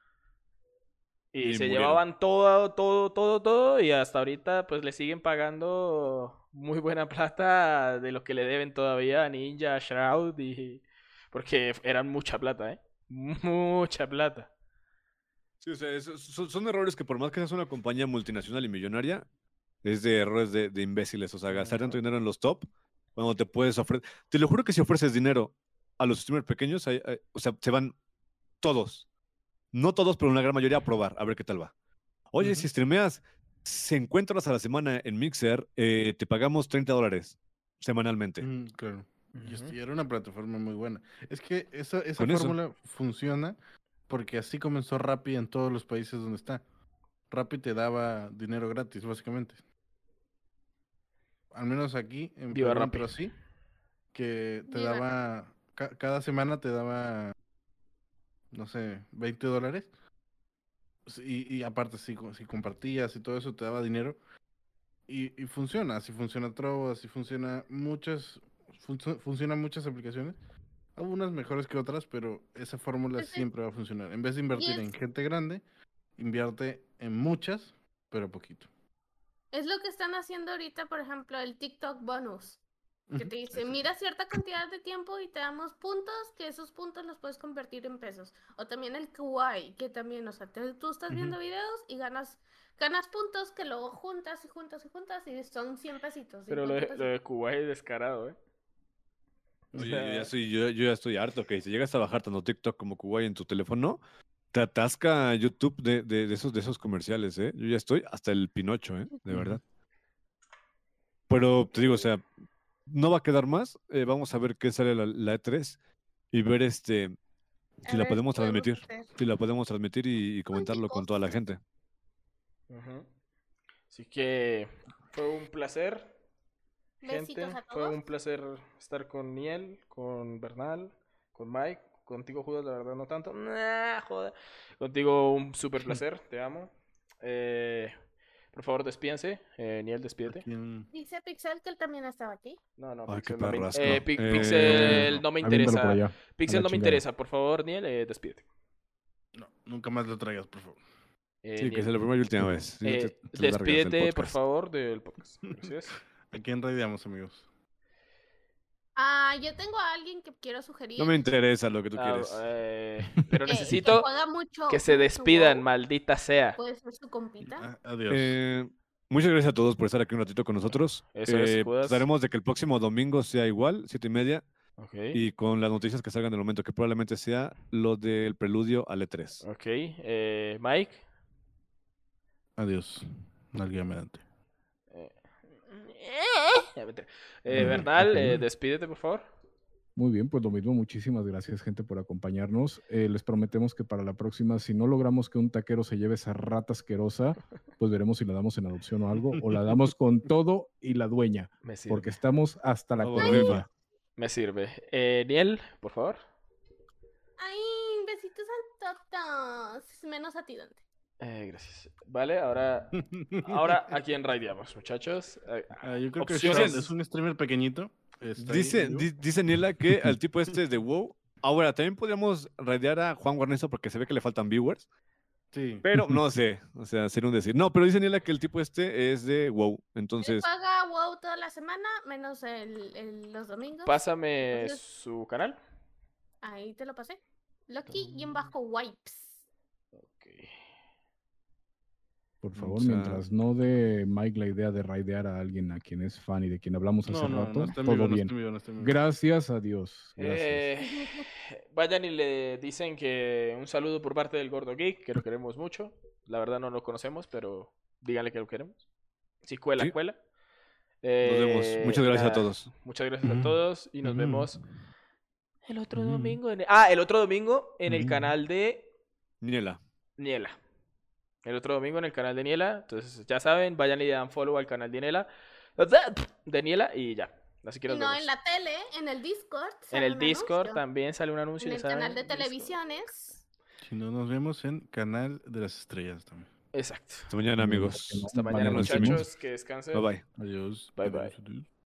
Y Y se murieron. llevaban todo, y hasta ahorita pues le siguen pagando muy buena plata de lo que le deben todavía a Ninja, a Shroud y... Porque eran mucha plata, ¿eh? Mucha plata. Sí, o sea, son errores que por más que seas una compañía multinacional y millonaria, es de errores de imbéciles. O sea, gastar tanto dinero en los top, cuando te puedes ofrecer... Te lo juro que si ofreces dinero a los streamers pequeños, o sea, se van todos. No todos, pero una gran mayoría a probar, a ver qué tal va. Oye, Ujú. si streameas 50 horas a la semana en Mixer, te pagamos $30 semanalmente. Claro. Ujú. Y era una plataforma muy buena. Es que esa Con eso. fórmula funciona porque así comenzó Rappi en todos los países donde está. Rappi te daba dinero gratis, básicamente. Al menos aquí en Viva Perú Rappi. entró así, que te Viva daba, cada semana te daba, no sé, $20. Y aparte, si compartías y todo eso, te daba dinero. Y funciona, así funciona Trovo, así funciona funcionan muchas aplicaciones. Algunas mejores que otras, pero esa fórmula Pues siempre va a funcionar. En vez de y invertir en gente grande, invierte en muchas, pero poquito. es lo que están haciendo ahorita, por ejemplo, el TikTok bonus. Que Ujú, te dice, exacto. mira cierta cantidad de tiempo y te damos puntos, que esos puntos los puedes convertir en pesos. O también el Kawaii, que también, o sea, tú estás viendo Ujú. videos y ganas puntos que luego juntas y juntas y juntas y son 100 pesitos, Pero 50 lo de pesitos. Kuwait es descarado, ¿eh? O Oye, sea, yo ya estoy harto, que si llegas a bajar tanto TikTok como Kuwait en tu teléfono, te atasca YouTube de esos comerciales, ¿eh? Yo ya estoy hasta el Pinocho, ¿eh? De verdad. Pero te digo, o sea, no va a quedar más. Vamos a ver qué sale la E3 y ver A si la ver, podemos podemos transmitir. hacer Si la podemos transmitir y comentarlo con punticos. toda la gente. ujú. Así que fue un placer, Besitos gente. a Fue todos. un placer estar con Niel, con Bernal, con Mike. Contigo, Judas, la verdad no tanto. Nah, joda. Contigo un súper placer, te amo. Eh, por favor, despídense. Niel, despídete. Aquí en- Dice Pixel que él también estaba aquí. No, Ay, qué Pixel no me, perrasco. Pixel no me Aviéntalo por interesa. allá. A Pixel la no me chingada. interesa. Por favor, Niel, despídete. No, nunca más lo traigas, por favor. Sí, que sea Niel, la primera y última vez. Sí, te largas del despídete, por podcast. favor, del podcast. Gracias. ¿A quién raideamos, amigos? Ah, yo tengo a alguien que quiero No sugerir. me interesa lo que tú Ah, quieres. pero Que necesito juega mucho, que se mucho despidan, WoW. maldita sea. Puede ser su compita. Adiós. Muchas gracias a todos por estar aquí un ratito con nosotros. Eso es, Judas. Trataremos de que el próximo domingo sea igual, 7:30, Ok, y con las noticias que salgan del momento, que probablemente sea lo del preludio al E3. ok. Mike. Adiós. Nalguéame, Dante. Ya, mentira. Mm, Bernal, ok. despídete, por favor. Muy bien, pues lo mismo, muchísimas gracias, gente, por acompañarnos. Les prometemos que para la próxima, si no logramos que un taquero se lleve esa rata asquerosa, pues veremos si la damos en adopción o algo, o la damos con todo y la dueña, Me sirve. porque estamos hasta la No, coronilla. Me sirve. Niel, por favor. Ay, besitos a todos. Menos a ti, Dante. Gracias. Vale, ahora ¿a quién raideamos, muchachos? Yo creo que Opciones. Shroud es un streamer pequeñito. Está ahí Dice, en vivo. dice Niela que al tipo este es de WoW. Ahora, también podríamos raidear a Juan Guarneso porque se ve que le faltan viewers. Sí. Pero no sé, o sea, sería un decir. No, pero dice Niela que el tipo este es de WoW. Él Entonces, juega WoW toda la semana, menos los domingos. Pásame Entonces, su canal. ahí te lo pasé. Lucky-Wipes. Ok. Por favor, o sea, mientras no dé Mike la idea de raidear a alguien a quien es fan y de quien hablamos hace No rato, está en todo vivo, bien. no está en vivo. Gracias a Dios. Gracias. Vayan y le dicen que un saludo por parte del Gordo Geek, que lo queremos mucho. La verdad no lo conocemos, pero díganle que lo queremos. Si cuela, Sí. cuela. Nos vemos. Muchas gracias a todos. Muchas gracias a Ujú. todos y nos Ujú. vemos el otro Ujú. domingo. El otro domingo en el Ujú. canal de Niela. Niela. El otro domingo en el canal de Niela. Entonces, ya saben, vayan y dan follow al canal de Niela. De Niela y ya. Así que Y nos no vemos. en la tele, en el Discord. En sale el un Discord anuncio. también sale un anuncio, En ya el saben. canal de Discord. televisiones. Si no, nos vemos en Canal de las Estrellas también. Exacto. Hasta mañana, amigos. Hasta mañana, Vale, muchachos. Que descansen. Bye bye. Adiós. Bye, bye. Adiós.